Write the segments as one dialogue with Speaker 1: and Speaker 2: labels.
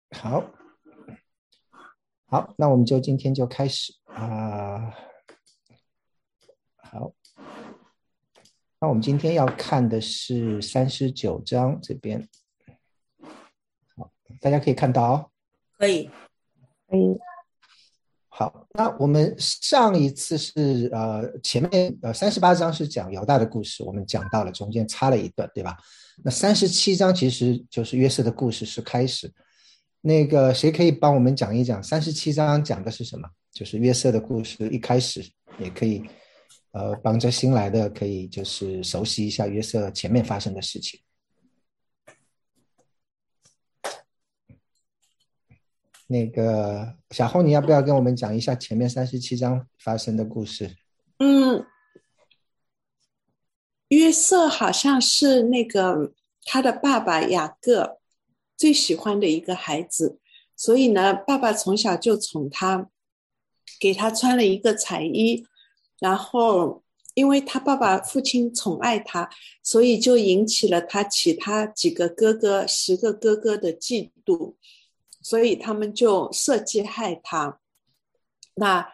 Speaker 1: 好，好，那我们就今天就开始好，那我们今天要看的是39章这边，好，大家可以看到哦。
Speaker 2: 可以。
Speaker 3: 嗯，
Speaker 1: 好，那我们上一次是前面38章是讲犹大的故事，我们讲到了，中间插了一段，对吧？那37章其实就是约瑟的故事是开始。那个谁可以帮我们讲一讲37章讲的是什么？就是约瑟的故事一开始，也可以帮着新来的可以就是熟悉一下约瑟前面发生的事情。那个小红，你要不要跟我们讲一下前面37章发生的故事？
Speaker 2: 嗯，约瑟好像是那个他的爸爸雅各最喜欢的一个孩子，所以呢，爸爸从小就宠他，给他穿了一个彩衣，然后因为他爸爸父亲宠爱他，所以就引起了他其他几个哥哥10个哥哥的嫉妒，所以他们就设计害他。那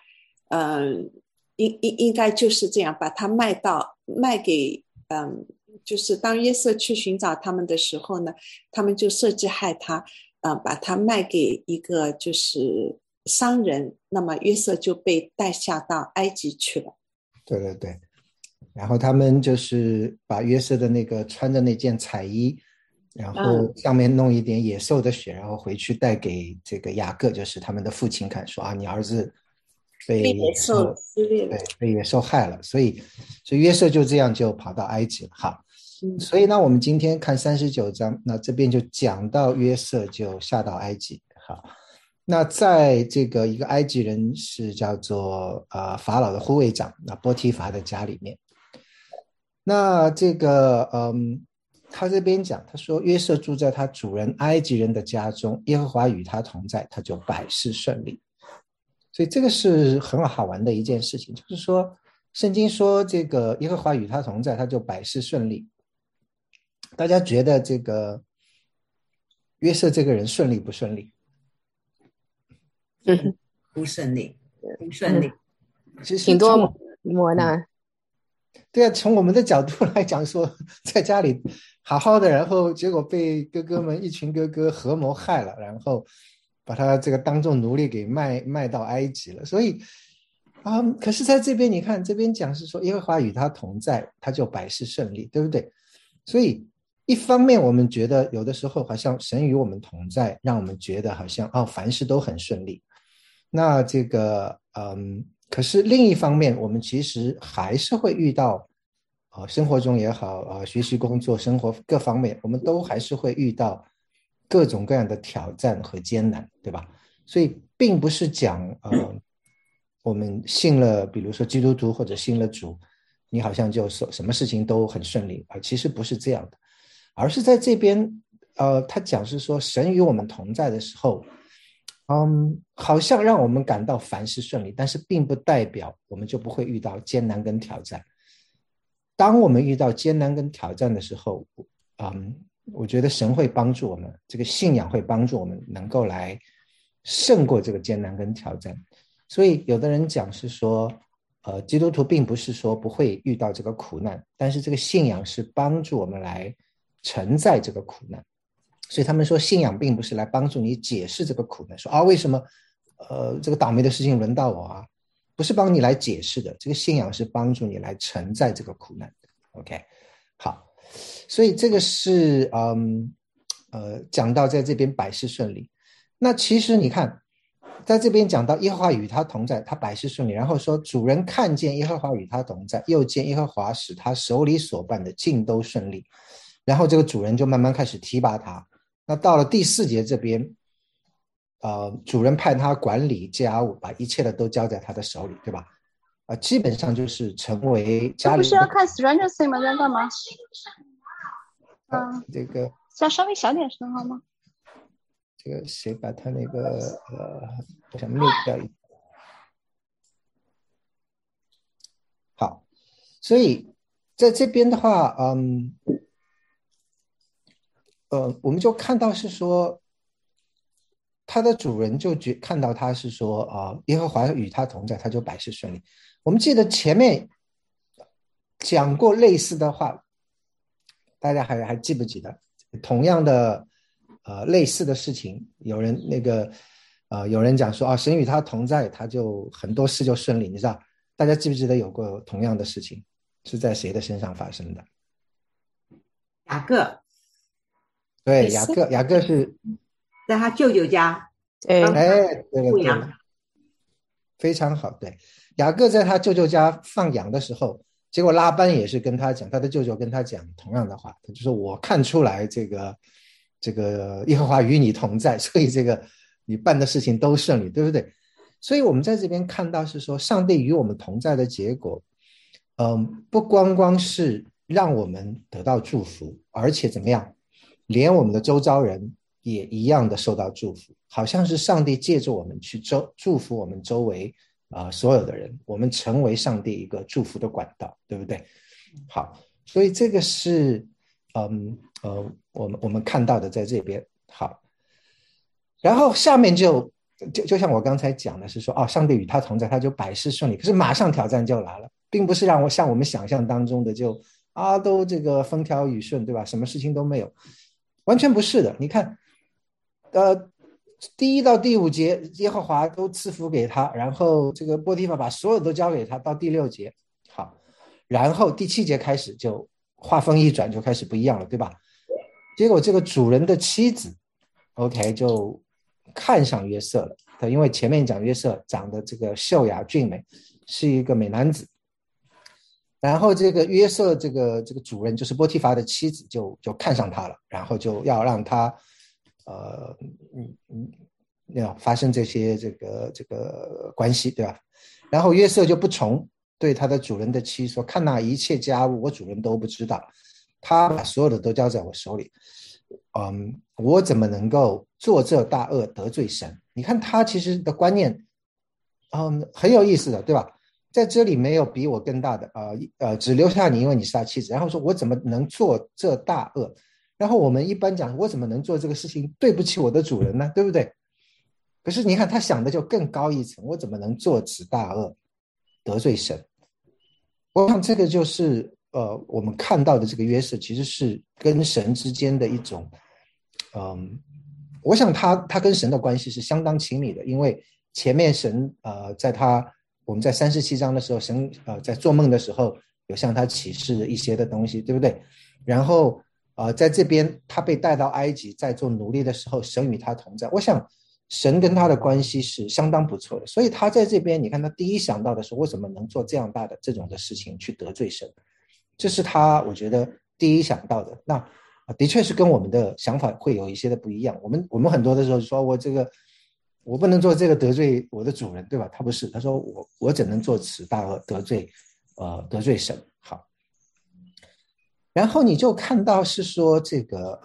Speaker 2: 应该就是这样，把他卖给就是当约瑟去寻找他们的时候呢，他们就设计害他，把他卖给一个就是商人，那么约瑟就被带下到埃及去了。
Speaker 1: 对对对，然后他们就是把约瑟的那个穿的那件彩衣，然后
Speaker 2: 嗯，
Speaker 1: 上面弄一点野兽的血，然后回去带给这个雅各，就是他们的父亲看，说啊，你儿子被
Speaker 2: 被野兽
Speaker 1: 野兽，
Speaker 2: 撕裂了。
Speaker 1: 对，被野兽害了，所以约瑟就这样就跑到埃及了。好，
Speaker 2: 嗯
Speaker 1: 所以呢，我们今天看39章，那这边就讲到约瑟就下到埃及。好，那在这个一个埃及人是叫做法老的护卫长，那波提乏的家里面。那这个他这边讲，他说约瑟住在他主人埃及人的家中，耶和华与他同在，他就百事顺利。所以这个是很好玩的一件事情，就是说圣经说这个耶和华与他同在，他就百事顺利。大家觉得这个约瑟这个人顺利不顺利？
Speaker 3: 嗯
Speaker 2: 不顺利，不顺
Speaker 3: 嗯，
Speaker 2: 利。
Speaker 1: 其实
Speaker 3: 挺多磨难。
Speaker 1: 对啊，从我们的角度来讲说，在家里好好的，然后结果被哥哥们一群哥哥合谋害了，然后把他这个当做奴隶给卖到埃及了。所以可是在这边你看，这边讲是说耶和华与他同在，他就百事顺利，对不对？所以一方面我们觉得有的时候好像神与我们同在，让我们觉得好像凡事都很顺利。那这个可是另一方面，我们其实还是会遇到生活中也好学习工作生活各方面，我们都还是会遇到各种各样的挑战和艰难，对吧？所以并不是讲我们信了比如说基督徒或者信了主，你好像就说什么事情都很顺利其实不是这样的，而是在这边他讲是说神与我们同在的时候，好像让我们感到凡事顺利，但是并不代表我们就不会遇到艰难跟挑战。当我们遇到艰难跟挑战的时候，我觉得神会帮助我们，这个信仰会帮助我们能够来胜过这个艰难跟挑战。所以有的人讲是说，基督徒并不是说不会遇到这个苦难，但是这个信仰是帮助我们来承载这个苦难。所以他们说，信仰并不是来帮助你解释这个苦难，说为什么这个倒霉的事情轮到我啊？不是帮你来解释的，这个信仰是帮助你来承载这个苦难的。OK，好，所以这个是讲到在这边百事顺利。那其实你看，在这边讲到耶和华与他同在，他百事顺利。然后说主人看见耶和华与他同在，又见耶和华使他手里所办的尽都顺利。然后这个主人就慢慢开始提拔他。那到了第4节这边，主人派他管理家务，把一切的都交在他的手里，对吧？基本上就是成为
Speaker 3: 这
Speaker 1: 家里的。
Speaker 3: 不是要看 Stranger Things 吗？在干嘛？
Speaker 1: 这个
Speaker 3: 要稍微小点声好吗？
Speaker 1: 这个谁把他那个我想 mute 掉一下。好，所以在这边的话，我们就看到是说， 他的主人就看到他是说耶和华与他同在，他就百事顺利。我们记得前面讲过类似的话，大家还记不记得？同样的类似的事情，有人讲说神与他同在，他就很多事就顺利，你知道？大家记不记得有过同样的事情是在谁的身上发生的？
Speaker 4: 雅各，
Speaker 1: 对，雅各是
Speaker 4: 在他舅舅家，
Speaker 3: 对，
Speaker 1: 对，非常好。对，雅各在他舅舅家放羊的时候，结果拉班也是跟他讲，他的舅舅跟他讲同样的话，他就说我看出来这个耶和华与你同在，所以这个你办的事情都顺利，对不对？所以我们在这边看到是说上帝与我们同在的结果，不光光是让我们得到祝福，而且怎么样，连我们的周遭人也一样的受到祝福，好像是上帝借着我们去祝福我们周围所有的人，我们成为上帝一个祝福的管道，对不对？好，所以这个是我们看到的在这边。好，然后下面就像我刚才讲的是说上帝与他同在，他就百事顺利。可是马上挑战就来了，并不是让我像我们想象当中的就都这个风调雨顺，对吧？什么事情都没有，完全不是的。你看第1到第5节耶和华都赐福给他，然后这个波提法把所有都交给他，到第6节好，然后第7节开始就话锋一转，就开始不一样了，对吧？结果这个主人的妻子 OK 就看上约瑟了，因为前面讲约瑟长得这个秀雅俊美，是一个美男子，然后这个约瑟这个主人就是波提乏的妻子就看上他了，然后就要让他发生这些这个关系，对吧？然后约瑟就不从，对他的主人的妻说，看那一切家务我主人都不知道，他把所有的都交在我手里，我怎么能够做这大恶得罪神？你看他其实的观念很有意思的，对吧？在这里没有比我更大的只留下你，因为你是他妻子，然后说我怎么能做这大恶？然后我们一般讲我怎么能做这个事情对不起我的主人呢，对不对？可是你看他想的就更高一层，我怎么能做此大恶得罪神？我想这个就是我们看到的这个约瑟其实是跟神之间的一种我想他跟神的关系是相当亲密的，因为前面神我们在37章的时候，神在做梦的时候有向他启示一些的东西，对不对？然后在这边他被带到埃及，在做奴隶的时候，神与他同在。我想神跟他的关系是相当不错的，所以他在这边，你看他第一想到的是我怎么能做这样大的这种的事情去得罪神，这是他我觉得第一想到的。那的确是跟我们的想法会有一些的不一样。我们很多的时候说我不能做这个得罪我的主人，对吧？他不是，他说我只能做此大恶得罪神。好，然后你就看到是说这个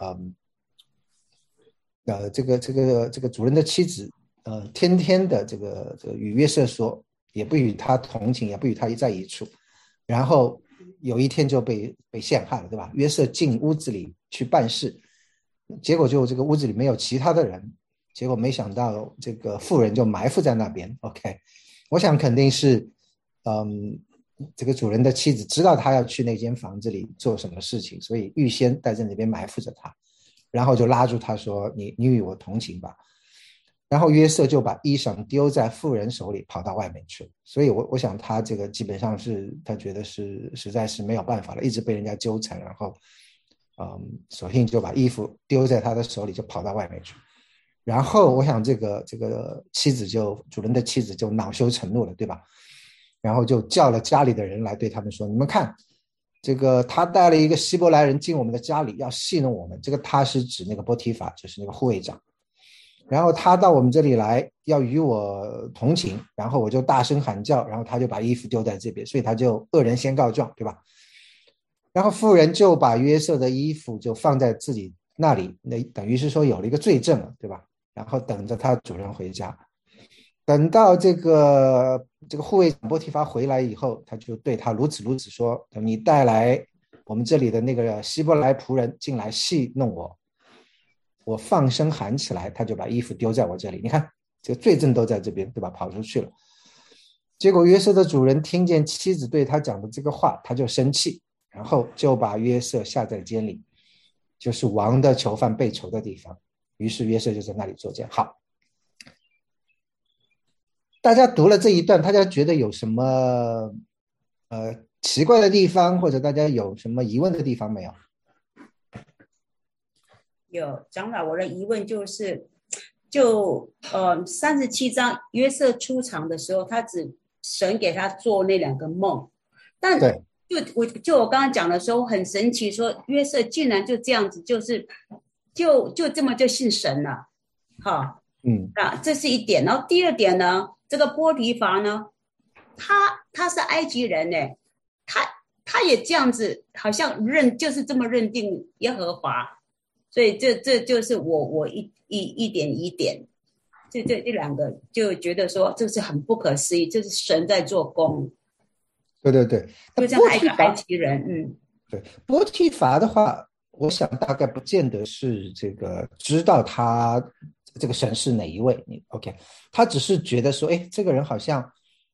Speaker 1: 这个主人的妻子天天的这个与约瑟说，也不与他同情，也不与他在一处，然后有一天就被陷害了，对吧？约瑟进屋子里去办事，结果就这个屋子里没有其他的人，结果没想到这个妇人就埋伏在那边。 OK， 我想肯定是这个主人的妻子知道他要去那间房子里做什么事情，所以预先在那边埋伏着他，然后就拉住他说你与我同情吧。然后约瑟就把衣裳丢在妇人手里，跑到外面去。所以我想他这个基本上是他觉得是实在是没有办法了，一直被人家纠缠，然后索性就把衣服丢在他的手里，就跑到外面去。然后我想这个主人的妻子就恼羞成怒了，对吧？然后就叫了家里的人来对他们说，你们看这个他带了一个希伯来人进我们的家里，要戏弄我们。这个他是指那个波提乏，就是那个护卫长。然后他到我们这里来要与我同情，然后我就大声喊叫，然后他就把衣服丢在这边，所以他就恶人先告状，对吧？然后妇人就把约瑟的衣服就放在自己那里，那等于是说有了一个罪证了，对吧？然后等着他主人回家。等到这个护卫长波提乏回来以后，他就对他如此说，你带来我们这里的那个希伯来仆人进来戏弄我， 我放声喊起来，他就把衣服丢在我这里。你看，这个罪证都在这边，对吧？跑出去了。结果约瑟的主人听见妻子对他讲的这个话，他就生气，然后就把约瑟下在监里，就是王的囚犯被囚的地方。于是约瑟就在那里作监。好，大家读了这一段，大家觉得有什么奇怪的地方，或者大家有什么疑问的地方没有？
Speaker 5: 有，长老，我的疑问就是，37章约瑟出场的时候，他只神给他做那2个梦，但我刚刚讲的时候很神奇，说约瑟竟然就这样子，就这么就信神了，好，这是一点。然后第二点呢，这个波提乏呢，他是埃及人呢，他也这样子，好像就是这么认定耶和华，所以这就是我一点一点，这2个就觉得说这是很不可思议，这是神在做工。
Speaker 1: 对，
Speaker 5: 就这样一个埃及人，
Speaker 1: 对，波提乏的话，我想大概不见得是这个知道他这个神是哪一位，OK， 他只是觉得说，哎，这个人好像，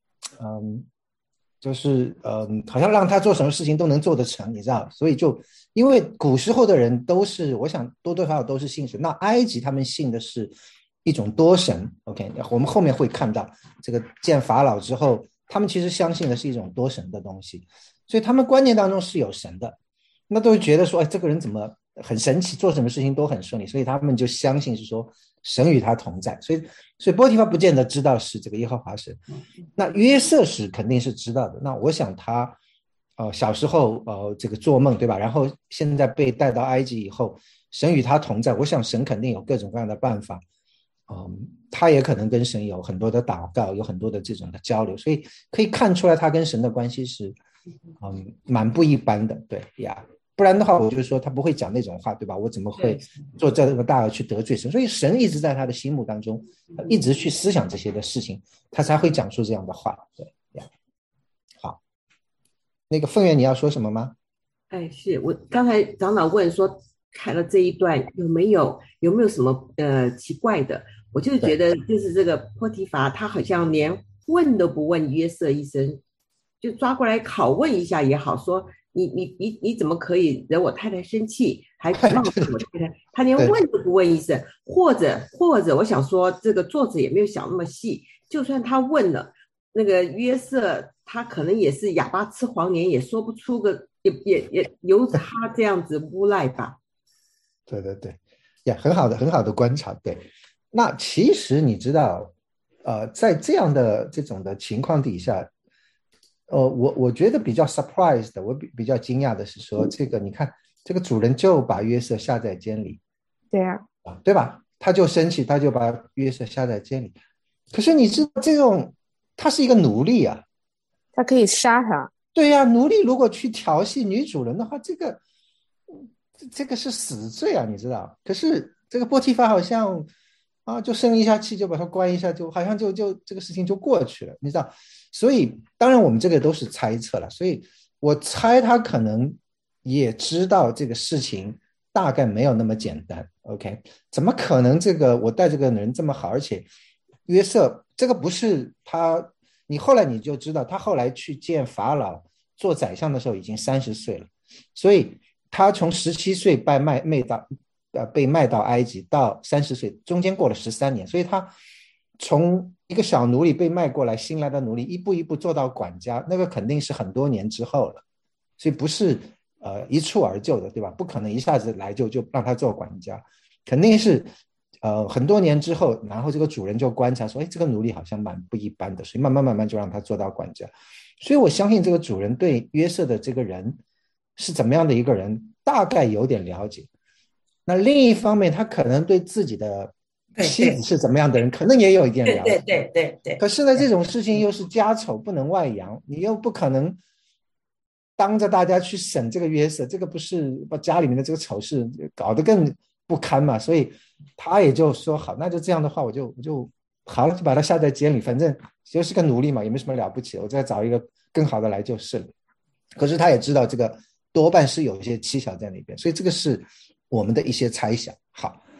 Speaker 1: 就是好像让他做什么事情都能做得成，你知道，所以就因为古时候的人都是，我想多多少少都是信神。那埃及他们信的是一种多神 ，OK， 我们后面会看到这个见法老之后，他们其实相信的是一种多神的东西，所以他们观念当中是有神的，那都会觉得说，哎，这个人怎么很神奇，做什么事情都很顺利，所以他们就相信是说神与他同在，所以波提乏不见得知道是这个耶和华神，那约瑟是肯定是知道的。那我想他小时候这个做梦，对吧？然后现在被带到埃及以后，神与他同在，我想神肯定有各种各样的办法，他也可能跟神有很多的祷告，有很多的这种的交流，所以可以看出来他跟神的关系是蛮不一般的，对呀。不然的话，我就说他不会讲那种话，对吧？我怎么会做这个大而去得罪神？所以神一直在他的心目当中，一直去思想这些的事情，他才会讲出这样的话。对呀，好，那个凤元你要说什么吗？
Speaker 4: 哎，是我刚才长老问说，看了这一段有没有什么奇怪的？我就觉得就是这个波提乏，他好像连问都不问约瑟一声，就抓过来拷问一下也好，说你怎么可以惹我太太生气，还冒犯我太太？他连问都不问一声，或者我想说，这个作者也没有想那么细，就算他问了，那个约瑟他可能也是哑巴吃黄连，也说不出个，也由他这样子诬赖吧。
Speaker 1: 对呀，很好的观察。对，那其实你知道，在这样的这种的情况底下。我觉得比较 surprised 的，我比较惊讶的是说，这个你看，这个主人就把约瑟下在监里，
Speaker 3: 对啊，
Speaker 1: 对吧？他就生气，他就把约瑟下在监里。可是你知道，这种他是一个奴隶啊，
Speaker 3: 他可以杀他。
Speaker 1: 对呀，奴隶如果去调戏女主人的话，这个是死罪啊，你知道？可是这个波提乏好像就生一下气，就把他关一下，就好像就这个事情就过去了，你知道？所以当然我们这个都是猜测了，所以我猜他可能也知道这个事情大概没有那么简单。 OK， 怎么可能这个我带这个人这么好，而且约瑟这个不是他，你后来你就知道他后来去见法老做宰相的时候已经30岁了，所以他从17岁被卖到埃及到30岁中间过了13年，所以他从一个小奴隶被卖过来，新来的奴隶一步一步做到管家，那个肯定是很多年之后了，所以不是一蹴而就的，对吧？不可能一下子来就让他做管家，肯定是很多年之后，然后这个主人就观察说，哎，这个奴隶好像蛮不一般的，所以慢慢就让他做到管家。所以我相信这个主人对约瑟的这个人是怎么样的一个人，大概有点了解。那另一方面，他可能对自己的妻子是怎么样的人，可能也有一点了解。
Speaker 5: 对。
Speaker 1: 可是呢，这种事情又是家丑不能外扬，你又不可能当着大家去审这个约瑟，这个不是把家里面的这个丑事搞得更不堪嘛？所以他也就说好，那就这样的话，我就好了，就把他下在监里，反正就是个奴隶嘛，也没什么了不起，我再找一个更好的来就是了。可是他也知道这个多半是有一些蹊跷在那边，所以这个是我们的一些猜想。好，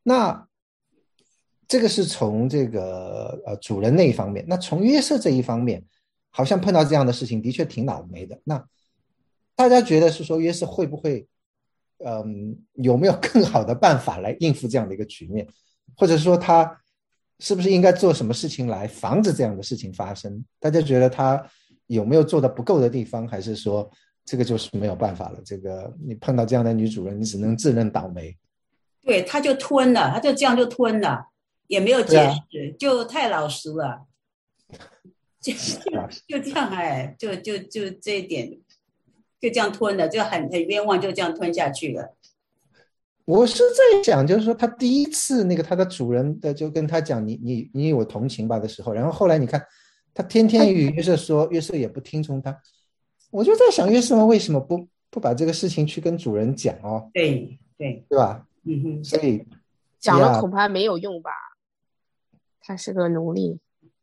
Speaker 1: 那这个是从这个主人那一方面，那从约瑟这一方面，好像碰到这样的事情的确挺倒霉的。那大家觉得是说约瑟会不会有没有更好的办法来应付这样的一个局面，或者说他是不是应该做什么事情来防止这样的事情发生？大家觉得他有没有做的不够的地方，还是说这个就是没有办法了，这个你碰到这样的女主人你只能自认倒霉？
Speaker 5: 对，他就吞了，他就这样就吞了，也没有解释，就太老实了，就这样，哎，就这一点，就这样吞了，就很冤枉，就这样吞下去了。
Speaker 1: 我是在想，就是说他第一次那个他的主人的就跟他讲你有我同情吧的时候，然后后来你看他天天与约瑟说，约瑟也不听从他，我就在想约瑟为什么不把这个事情去跟主人讲哦？
Speaker 5: 对
Speaker 1: 吧？所以
Speaker 3: 讲了恐怕没有用吧，他是个奴隶。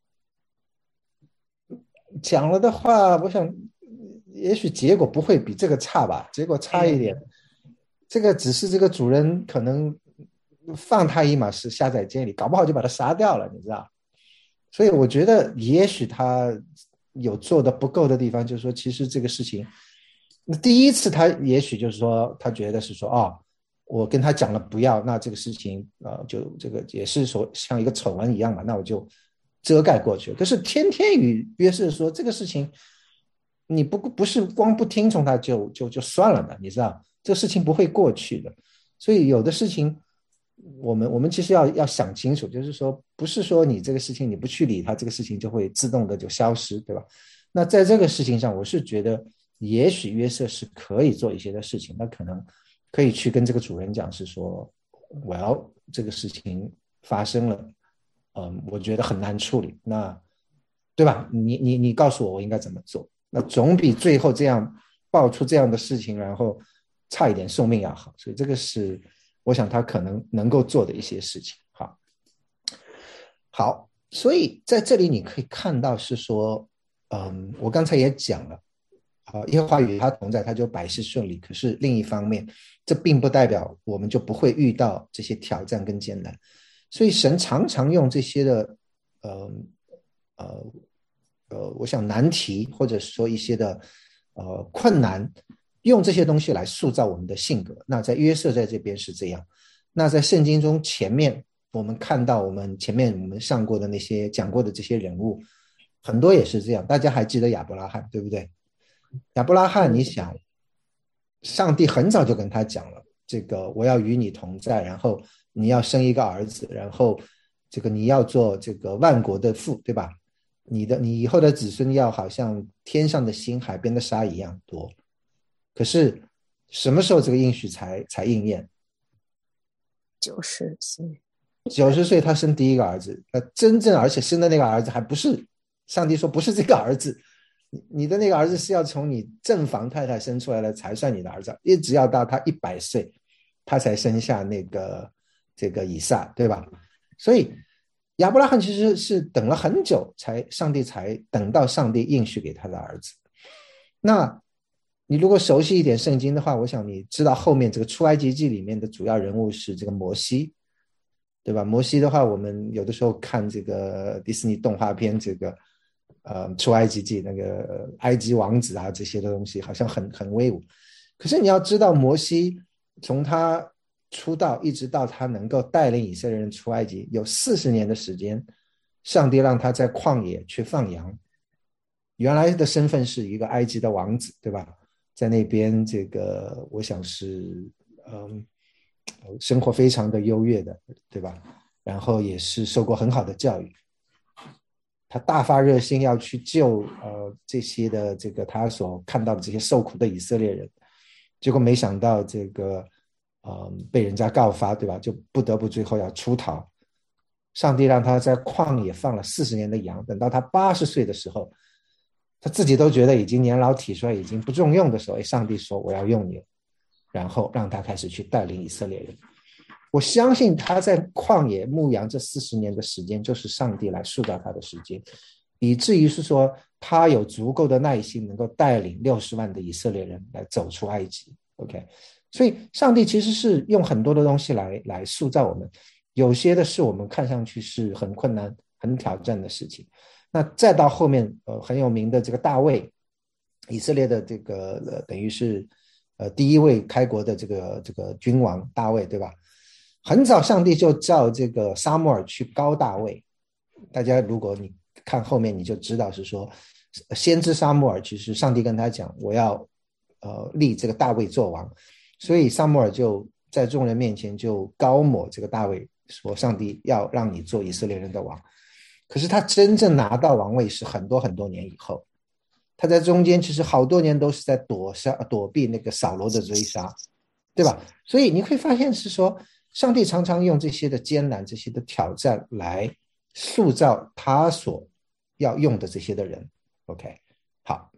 Speaker 1: 讲了的话，我想也许结果不会比这个差吧，结果差一点。这个只是这个主人可能放他一马是下在监里，搞不好就把他杀掉了，你知道？所以我觉得也许他有做的不够的地方，就是说其实这个事情，那第一次他也许就是说他觉得是说我跟他讲了不要，那这个事情就这个也是说像一个丑闻一样嘛，那我就遮盖过去。可是天天与约瑟说这个事情，你不是光不听从他就算了的，你知道这个事情不会过去的。所以有的事情我们其实要想清楚，就是说不是说你这个事情你不去理它，这个事情就会自动的就消失，对吧？那在这个事情上，我是觉得也许约瑟是可以做一些的事情，那可能可以去跟这个主人讲，是说我要这个事情发生了，我觉得很难处理，那对吧？你告诉我应该怎么做，那总比最后这样爆出这样的事情，然后差一点送命要好。所以这个是我想他可能够做的一些事情。好，所以在这里你可以看到是说，我刚才也讲了。耶和华与他同在，他就百事顺利。可是另一方面，这并不代表我们就不会遇到这些挑战跟艰难。所以神常常用这些的，我想难题或者说一些的困难，用这些东西来塑造我们的性格。那在约瑟在这边是这样。那在圣经中前面我们看到我们上过的那些讲过的这些人物，很多也是这样。大家还记得亚伯拉罕对不对？亚伯拉罕，你想，上帝很早就跟他讲了，这个我要与你同在，然后你要生一个儿子，然后这个你要做这个万国的父，对吧？你以后的子孙要好像天上的星、海边的沙一样多。可是什么时候这个应许才应验？90岁。90岁他生第一个儿子，真正而且生的那个儿子还不是上帝说不是这个儿子。你的那个儿子是要从你正房太太生出来的才算你的儿子，一直要到他100岁，他才生下这个以撒，对吧？所以亚伯拉罕其实是等了很久，上帝才等到上帝应许给他的儿子。那你如果熟悉一点圣经的话，我想你知道后面这个出埃及记里面的主要人物是这个摩西，对吧？摩西的话，我们有的时候看这个迪士尼动画片，这个出埃及记那个埃及王子啊，这些的东西好像很威武。可是你要知道，摩西从他出道一直到他能够带领以色列人出埃及，有40年的时间，上帝让他在旷野去放羊。原来的身份是一个埃及的王子，对吧？在那边这个我想是生活非常的优越的，对吧？然后也是受过很好的教育。他大发热心要去救这些的这个他所看到的这些受苦的以色列人，结果没想到这个被人家告发，对吧？就不得不最后要出逃。上帝让他在旷野放了40年的羊，等到他80岁的时候，他自己都觉得已经年老体衰，已经不中用的时候，上帝说我要用你了，然后让他开始去带领以色列人。我相信他在旷野牧羊这40年的时间，就是上帝来塑造他的时间，以至于是说他有足够的耐心，能够带领60万的以色列人来走出埃及。OK， 所以上帝其实是用很多的东西来塑造我们，有些的是我们看上去是很困难很挑战的事情。那再到后面很有名的这个大卫，以色列的这个等于是第一位开国的这个君王大卫，对吧？很早上帝就叫这个撒母耳去膏大卫，大家如果你看后面你就知道是说先知撒母耳其实上帝跟他讲我要立这个大卫做王，所以撒母耳就在众人面前就膏抹这个大卫，说上帝要让你做以色列人的王。可是他真正拿到王位是很多很多年以后，他在中间其实好多年都是在躲避那个扫罗的追杀，对吧？所以你会发现是说上帝常常用这些的艰难这些的挑战来塑造他所要用的这些的人。 OK， 好，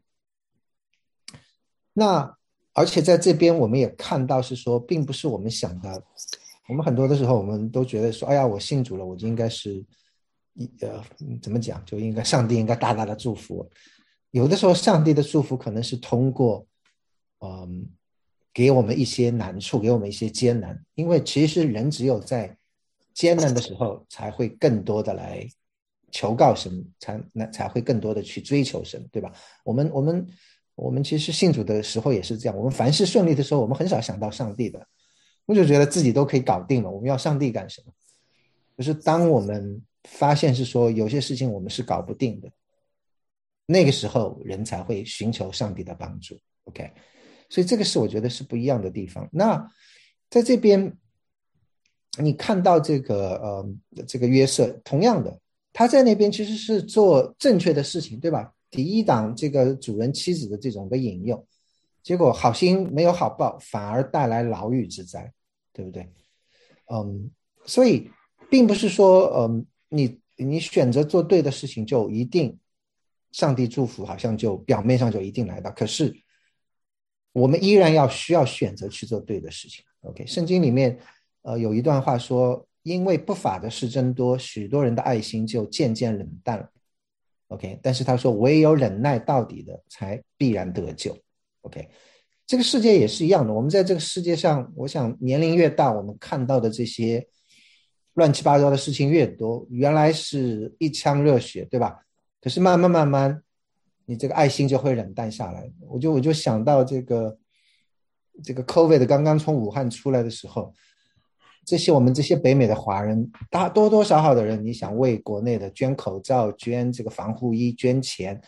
Speaker 1: 那而且在这边我们也看到是说并不是我们想的，我们很多的时候我们都觉得说哎呀我信主了我就应该是怎么讲，就应该上帝应该大大的祝福我。有的时候上帝的祝福可能是通过给我们一些难处，给我们一些艰难，因为其实人只有在艰难的时候才会更多的来求告神，才会更多的去追求神，对吧？我们其实信主的时候也是这样，我们凡事顺利的时候我们很少想到上帝的，我就觉得自己都可以搞定了，我们要上帝干什么？就是当我们发现是说有些事情我们是搞不定的，那个时候人才会寻求上帝的帮助。 OK， 所以这个是我觉得是不一样的地方。那在这边你看到这个约瑟同样的，他在那边其实是做正确的事情，对吧？抵挡这个主人妻子的这种的引诱，结果好心没有好报，反而带来牢狱之灾，对不对？所以并不是说你选择做对的事情就一定上帝祝福好像就表面上就一定来到，可是我们依然需要选择去做对的事情。 OK， 圣经里面有一段话说，因为不法的事增多，许多人的爱心就渐渐冷淡了。 OK， 但是他说唯有忍耐到底的才必然得救。 OK， 这个世界也是一样的，我们在这个世界上我想年龄越大我们看到的这些乱七八糟的事情越多，原来是一腔热血，对吧？可是慢慢你这个爱心就会冷淡下来。我就想到这个 COVID 刚刚从武汉出来的时候，我们这些北美的华人多多少少的人，你想为国内的捐口罩捐这个防护衣捐钱，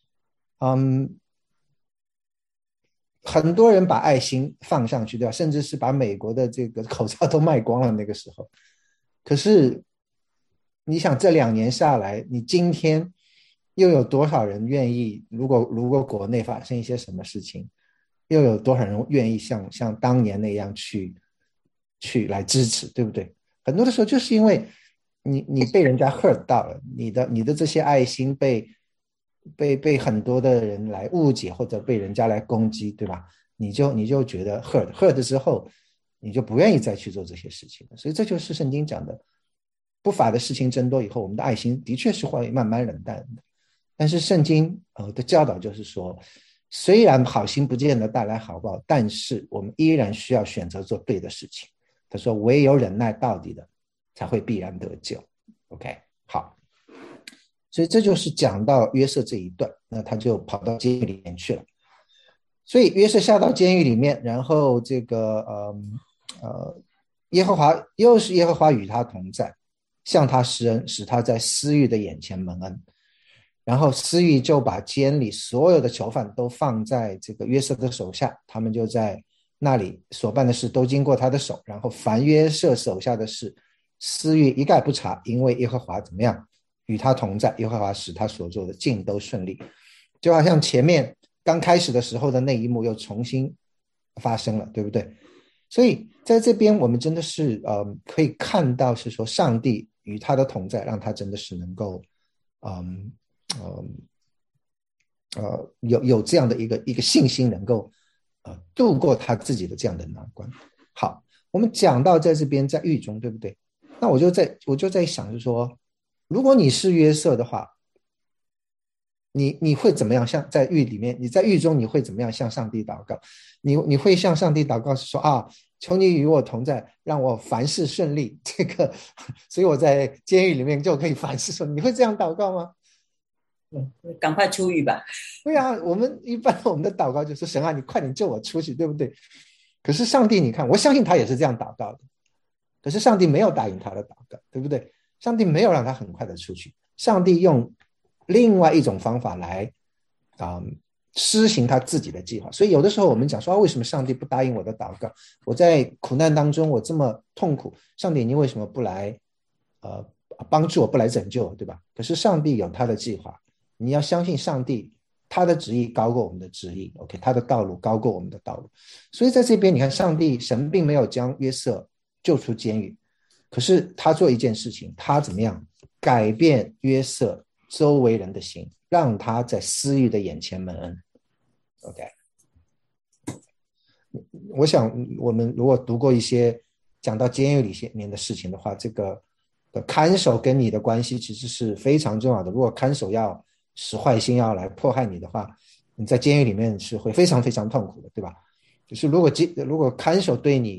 Speaker 1: 很多人把爱心放上去，对吧？甚至是把美国的这个口罩都卖光了那个时候。可是你想这2年下来，你今天又有多少人愿意，如果国内发生一些什么事情，又有多少人愿意像当年那样去来支持，对不对？很多的时候就是因为你被人家 hurt 到了，你的这些爱心被很多的人来误解，或者被人家来攻击，对吧？你就觉得 hurt 之后，你就不愿意再去做这些事情了。所以这就是圣经讲的，不法的事情增多以后，我们的爱心的确是会慢慢冷淡的。但是圣经的教导就是说，虽然好心不见得带来好报，但是我们依然需要选择做对的事情。他说唯有忍耐到底的才会必然得救。 OK， 好，所以这就是讲到约瑟这一段，那他就跑到监狱里面去了。所以约瑟下到监狱里面，然后这个耶和华与他同在，向他施恩，使他在司狱的眼前蒙恩。然后司狱就把监里所有的囚犯都放在这个约瑟的手下，他们就在那里所办的事都经过他的手，然后凡约瑟手下的事，司狱一概不查，因为耶和华怎么样与他同在，耶和华使他所做的尽都顺利。就好像前面刚开始的时候的那一幕又重新发生了，对不对？所以在这边我们真的是可以看到是说上帝与他的同在，让他真的是能够有这样的一个信心，能够度过他自己的这样的难关。好，我们讲到在这边在狱中，对不对？那我就在想是说，如果你是约瑟的话， 你会怎么样像在狱里面，你在狱中你会怎么样向上帝祷告？你会向上帝祷告是说啊，求你与我同在，让我凡事顺利，这个所以我在监狱里面就可以凡事顺利，你会这样祷告吗？
Speaker 5: 赶快出狱吧。
Speaker 1: 对啊，我们一般我们的祷告就是神啊，你快点救我出去，对不对？可是上帝，你看，我相信他也是这样祷告的，可是上帝没有答应他的祷告，对不对？上帝没有让他很快的出去，上帝用另外一种方法来施行他自己的计划。所以有的时候我们讲说，为什么上帝不答应我的祷告？我在苦难当中，我这么痛苦，上帝你为什么不来帮助我，不来拯救我，对吧？可是上帝有他的计划，你要相信上帝，他的旨意高过我们的旨意 ，OK， 他的道路高过我们的道路。所以在这边你看，神并没有将约瑟救出监狱，可是他做一件事情，他怎么样改变约瑟周围人的心，让他在私欲的眼前蒙恩。OK， 我想我们如果读过一些讲到监狱里面的事情的话，这个看守跟你的关系其实是非常重要的。如果看守要使坏心要来迫害你的话，你在监狱里面是会非常非常痛苦的，对吧？就是如果看守对你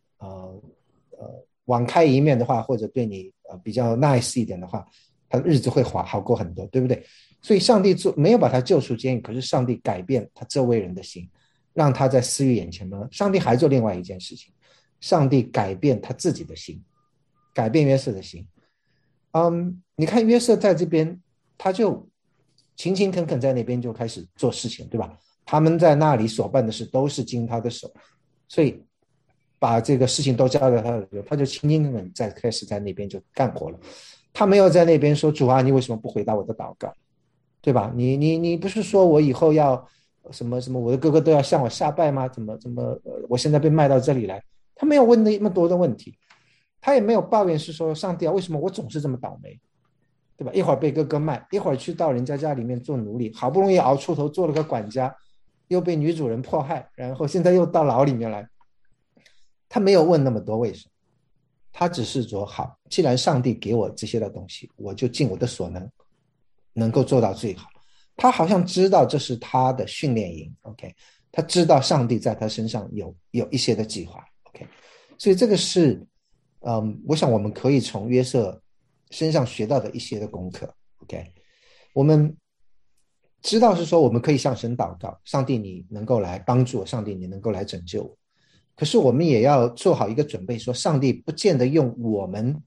Speaker 1: 网开一面的话，或者对你比较 nice 一点的话，他的日子会好过很多，对不对？所以上帝没有把他救出监狱，可是上帝改变他周围人的心，让他在私欲眼前蒙恩。上帝还做另外一件事情，上帝改变他自己的心，改变约瑟的心。你看约瑟在这边，他就勤勤恳恳在那边就开始做事情，对吧？他们在那里所办的事都是经他的手，所以把这个事情都交给他的时候，他就勤勤恳恳开始在那边就干活了。他没有在那边说主啊，你为什么不回答我的祷告，对吧？你不是说我以后要什么什么，我的哥哥都要向我下拜吗？怎么我现在被卖到这里来？他没有问那么多的问题，他也没有抱怨是说上帝啊，为什么我总是这么倒霉，对吧？一会儿被哥哥卖，一会儿去到人家家里面做奴隶，好不容易熬出头做了个管家，又被女主人迫害，然后现在又到牢里面来。他没有问那么多为什么，他只是说好，既然上帝给我这些的东西，我就尽我的所能，能够做到最好。他好像知道这是他的训练营 ，OK， 他知道上帝在他身上有一些的计划 ，OK， 所以这个是我想我们可以从约瑟身上学到的一些的功课 ，OK， 我们知道是说我们可以向神祷告，上帝你能够来帮助我，上帝你能够来拯救我。可是我们也要做好一个准备，说上帝不见得用我们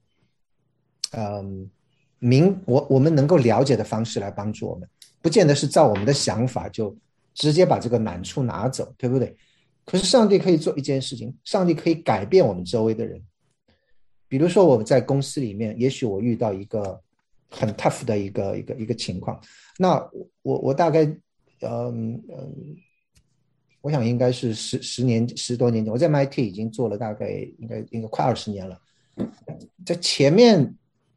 Speaker 1: 我们能够了解的方式来帮助我们，不见得是照我们的想法就直接把这个难处拿走，对不对？可是上帝可以做一件事情，上帝可以改变我们周围的人。比如说我们在公司里面，也许我遇到一个很 tough 的一个情况，那我大概我想应该是10多年前，我在 MIT 已经做了大概应该快20年了。在前面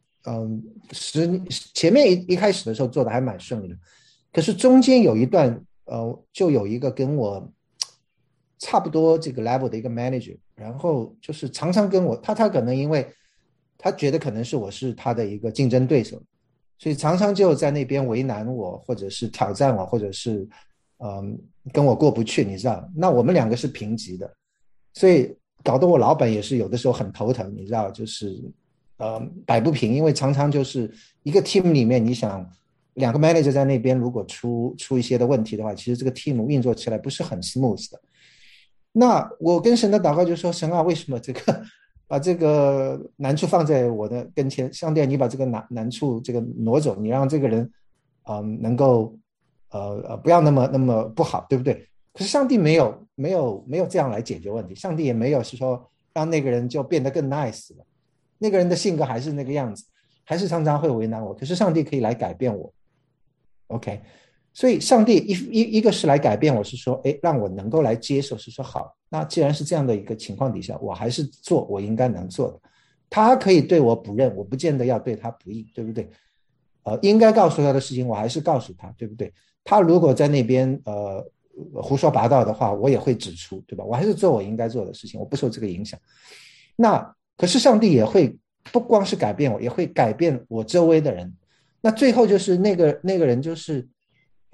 Speaker 1: 前面一开始的时候做的还蛮顺利的，可是中间有一段就有一个跟我差不多这个 level 的一个 manager， 然后就是常常跟我他可能因为他觉得可能是我是他的一个竞争对手，所以常常就在那边为难我，或者是挑战我，或者是跟我过不去，你知道，那我们两个是平级的，所以搞得我老板也是有的时候很头疼，你知道，就是摆不平，因为常常就是一个 team 里面，你想2个 manager 在那边如果出一些的问题的话，其实这个 team 运作起来不是很 smooth 的。那我跟神的祷告就说，神啊，为什么把这个难处放在我的跟前，上帝你把这个难处这个挪走，你让这个人能够不要那么不好，对不对？可是上帝没有这样来解决问题，上帝也没有是说让那个人就变得更 nice 了，那个人的性格还是那个样子，还是常常会为难我，可是上帝可以来改变我 ，OK， 所以上帝一个是来改变我，是说让我能够来接受，是说好，那既然是这样的一个情况底下，我还是做我应该能做的。他可以对我不认，我不见得要对他不义，对不对？应该告诉他的事情我还是告诉他，对不对？他如果在那边胡说八道的话，我也会指出，对吧？我还是做我应该做的事情，我不受这个影响。那可是上帝也会不光是改变我，也会改变我周围的人。那最后就是那个人就是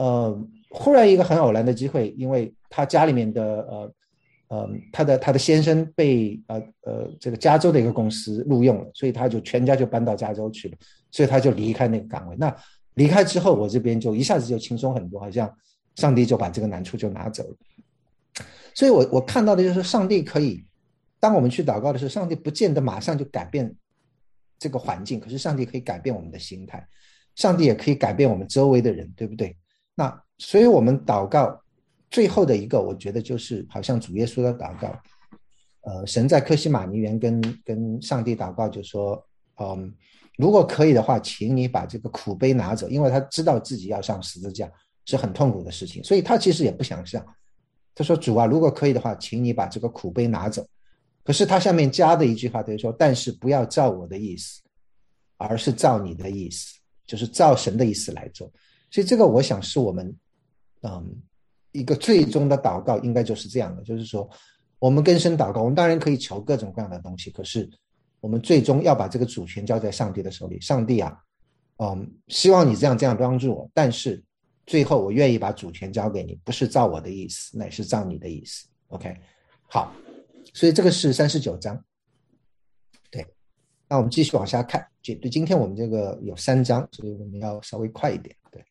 Speaker 1: 忽然一个很偶然的机会，因为他家里面的他的先生被这个加州的一个公司录用了，所以他就全家就搬到加州去了，所以他就离开那个岗位。那离开之后，我这边就一下子就轻松很多，好像上帝就把这个难处就拿走了。所以我看到的就是上帝可以，当我们去祷告的时候，上帝不见得马上就改变这个环境，可是上帝可以改变我们的心态，上帝也可以改变我们周围的人，对不对？那所以我们祷告最后的一个，我觉得就是好像主耶稣的祷告，神在客西马尼园跟上帝祷告，就说，如果可以的话，请你把这个苦杯拿走，因为他知道自己要上十字架是很痛苦的事情，所以他其实也不想上。他说：“主啊，如果可以的话，请你把这个苦杯拿走。”可是他下面加的一句话，他就说：“但是不要照我的意思，而是照你的意思，就是照神的意思来做。”所以这个我想是我们，一个最终的祷告应该就是这样的，就是说我们跟神祷告，我们当然可以求各种各样的东西，可是我们最终要把这个主权交在上帝的手里。上帝啊，希望你这样帮助我，但是最后我愿意把主权交给你，不是照我的意思，乃是照你的意思。 OK， 好，所以这个是39章。对，那我们继续往下看。对，今天我们这个有3章，所以我们要稍微快一点。对，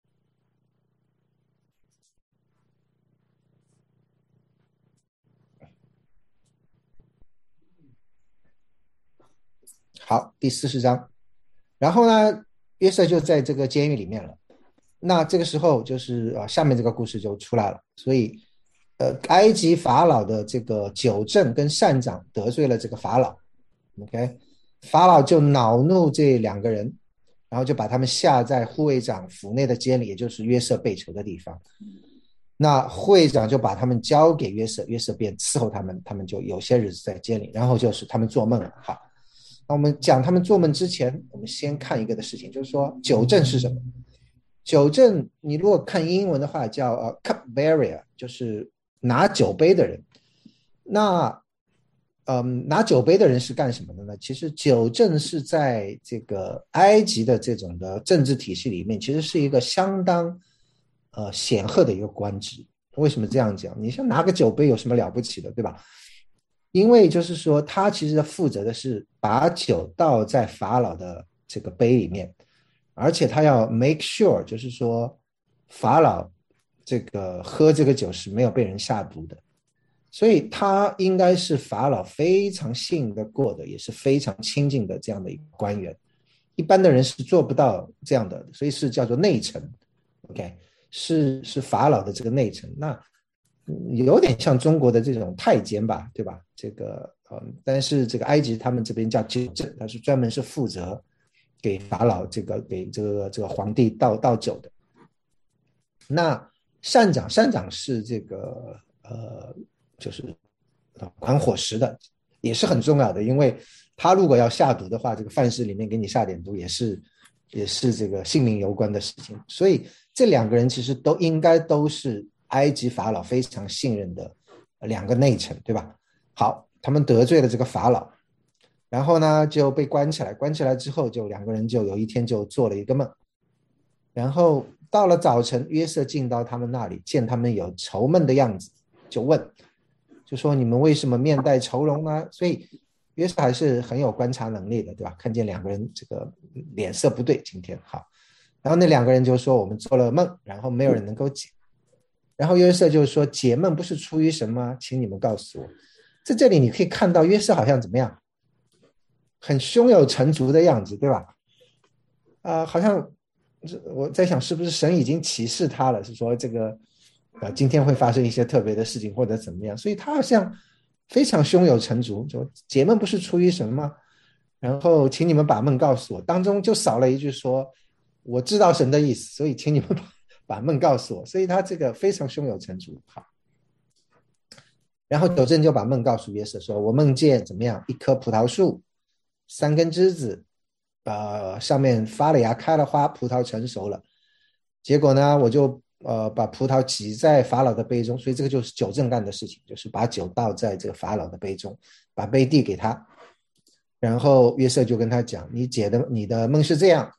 Speaker 1: 好，第40章。然后呢，约瑟就在这个监狱里面了。那这个时候就是下面这个故事就出来了。所以埃及法老的这个酒政跟善长得罪了这个法老 ，OK， 法老就恼怒这2个人，然后就把他们下在护卫长府内的监里，也就是约瑟被囚的地方。那护卫长就把他们交给约瑟，约瑟便伺候他们，他们就有些日子在监里。然后就是他们做梦了。好，那我们讲他们做梦之前，我们先看一个的事情，就是说酒政是什么？酒政你如果看英文的话叫cupbearer， 就是拿酒杯的人。那拿酒杯的人是干什么的呢？其实酒政是在这个埃及的这种的政治体系里面，其实是一个相当显赫的一个官职。为什么这样讲？你像拿个酒杯有什么了不起的，对吧？因为就是说他其实负责的是把酒倒在法老的这个杯里面，而且他要 make sure， 就是说法老这个喝这个酒是没有被人下毒的。所以他应该是法老非常信得过的，也是非常亲近的这样的一个官员，一般的人是做不到这样的，所以是叫做内臣。 OK， 是法老的这个内臣。那有点像中国的这种太监吧，对吧？这个但是这个埃及他们这边叫酒政，他是专门是负责给法老给这个皇帝倒酒的。那善长是这个就是管伙食的，也是很重要的，因为他如果要下毒的话，这个饭食里面给你下点毒也是这个性命攸关的事情。所以这2个人其实应该都是埃及法老非常信任的2个内臣，对吧？好，他们得罪了这个法老，然后呢就被关起来之后，就2个人就有一天就做了一个梦，然后到了早晨，约瑟进到他们那里，见他们有愁闷的样子，就问，就说你们为什么面带愁容呢？所以约瑟还是很有观察能力的，对吧？看见2个人这个脸色不对，今天好，然后那2个人就说我们做了梦，然后没有人能够解。然后约瑟就说解梦不是出于什么，请你们告诉我。在这里你可以看到约瑟好像怎么样，很胸有成竹的样子，对吧？好像我在想是不是神已经启示他了，是说这个今天会发生一些特别的事情或者怎么样，所以他好像非常胸有成竹，就解梦不是出于什么吗？然后请你们把梦告诉我，当中就少了一句说我知道神的意思，所以请你们把梦告诉我，所以他这个非常胸有成竹。好，然后酒政就把梦告诉约瑟说，我梦见怎么样，一棵葡萄树，3根枝子，上面发了芽开了花，葡萄成熟了，结果呢我就把葡萄挤在法老的杯中，所以这个就是酒政干的事情，就是把酒倒在这个法老的杯中，把杯递给他。然后约瑟就跟他讲，你的梦是这样，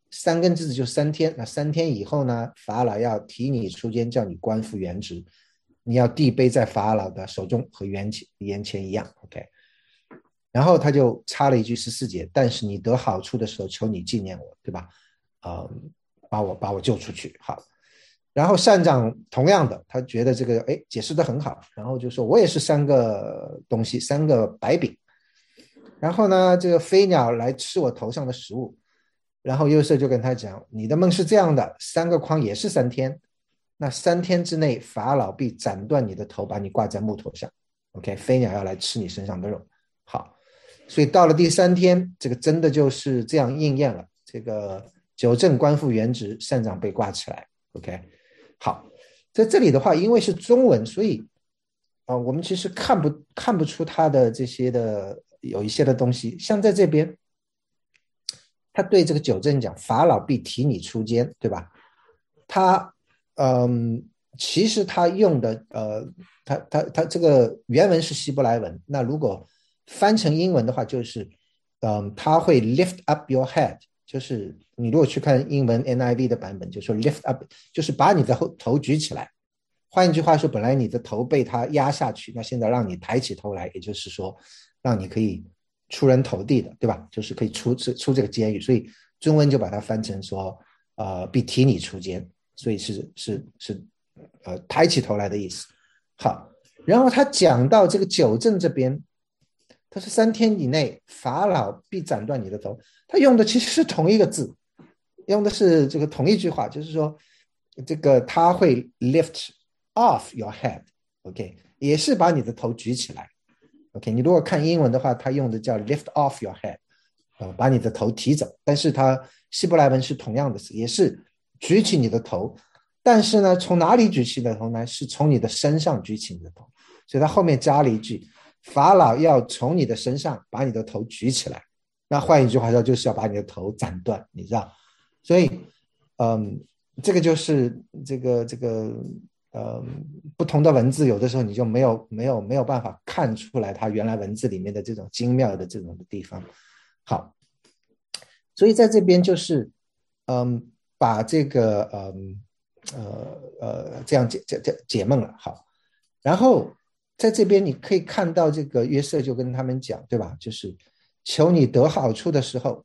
Speaker 1: 3根枝子就3天，那3天以后呢，法老要提你出监，叫你官复原职，你要递杯在法老的手中和眼前一样 OK。 然后他就插了一句14节，但是你得好处的时候求你纪念我，对吧？把我救出去。好，然后善长同样的，他觉得这个解释得很好，然后就说我也是3个东西，3个白饼，然后呢这个飞鸟来吃我头上的食物，然后约瑟就跟他讲，你的梦是这样的，3个筐也是3天，那3天之内法老必斩断你的头，把你挂在木头上 OK， 飞鸟要来吃你身上的肉。好，所以到了第3天，这个真的就是这样应验了，这个九正官复原职，善长被挂起来 OK。 好，在这里的话因为是中文，所以我们其实看不出他的这些的有一些的东西，像在这边他对这个九正讲法老必提你出监，对吧？他其实他用的他这个原文是希伯来文，那如果翻成英文的话就是他会 lift up your head， 就是你如果去看英文 NIV 的版本就说 lift up 就是把你的头举起来，换一句话说本来你的头被他压下去，那现在让你抬起头来，也就是说让你可以出人头地的，对吧？就是可以出这个监狱，所以中文就把它翻成说必提你出监，所以是抬起头来的意思。好，然后他讲到这个九正这边，他是3天以内法老必斩断你的头，他用的其实是同一个字，用的是这个同一句话，就是说这个他会 lift off your head OK， 也是把你的头举起来 OK。 你如果看英文的话他用的叫 lift off your head，把你的头提走，但是他希伯来文是同样的词，也是举起你的头，但是呢从哪里举起你的头呢？是从你的身上举起你的头，所以他后面加了一句法老要从你的身上把你的头举起来，那换一句话说就是要把你的头斩断，你知道。所以这个就是这个不同的文字有的时候你就没有办法看出来它原来文字里面的这种精妙的这种的地方。好，所以在这边就是把这个这样解梦了。好，然后在这边你可以看到这个约瑟就跟他们讲，对吧？就是求你得好处的时候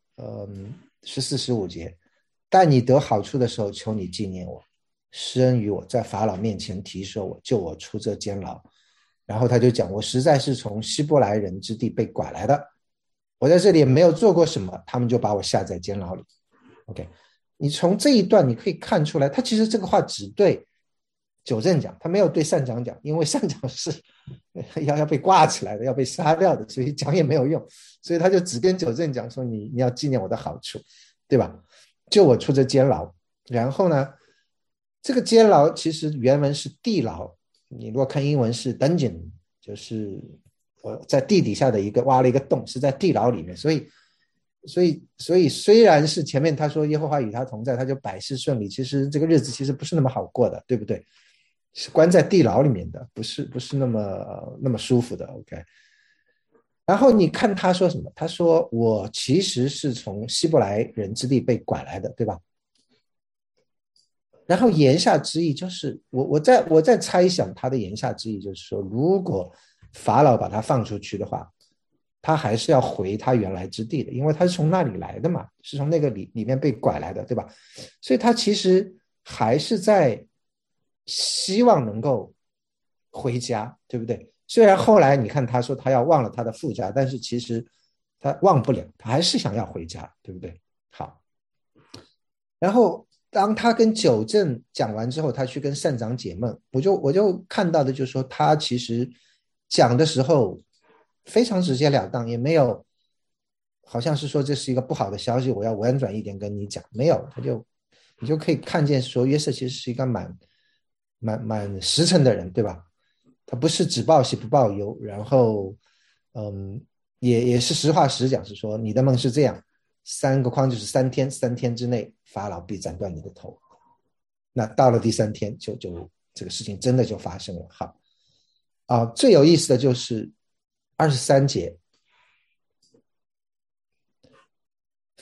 Speaker 1: 14、15节，但你得好处的时候求你纪念我，施恩于我，在法老面前提说我，救我出这监牢。然后他就讲，我实在是从希伯来人之地被拐来的，我在这里也没有做过什么，他们就把我下在监牢里 OK。 你从这一段你可以看出来，他其实这个话只对九正讲，他没有对善长讲，因为善长是要被挂起来的，要被杀掉的，所以讲也没有用，所以他就只跟九正讲说你要纪念我的好处，对吧？救我出这监牢。然后呢这个监牢其实原文是地牢，你如果看英文是 dungeon， 就是在地底下的挖了一个洞，是在地牢里面。所以虽然是前面他说耶和华与他同在，他就百事顺利，其实这个日子其实不是那么好过的，对不对？是关在地牢里面的，不是那么舒服的 OK。 然后你看他说什么，他说我其实是从希伯来人之地被拐来的，对吧？然后言下之意就是我在猜想他的言下之意就是说，如果法老把他放出去的话，他还是要回他原来之地的，因为他是从那里来的嘛，是从那个里面被拐来的，对吧？所以他其实还是在希望能够回家，对不对？虽然后来你看他说他要忘了他的父家，但是其实他忘不了，他还是想要回家，对不对？好，然后当他跟九正讲完之后，他去跟善长解梦，我就看到的就是说他其实讲的时候非常直截了当，也没有好像是说这是一个不好的消息，我要婉转一点跟你讲，没有，你就可以看见说约瑟其实是一个蛮实诚的人，对吧？他不是只报喜不报忧，然后也是实话实讲，是说你的梦是这样，3个筐就是3天，3天之内法老必斩断你的头。那到了第3天就这个事情真的就发生了。好最有意思的就是23节，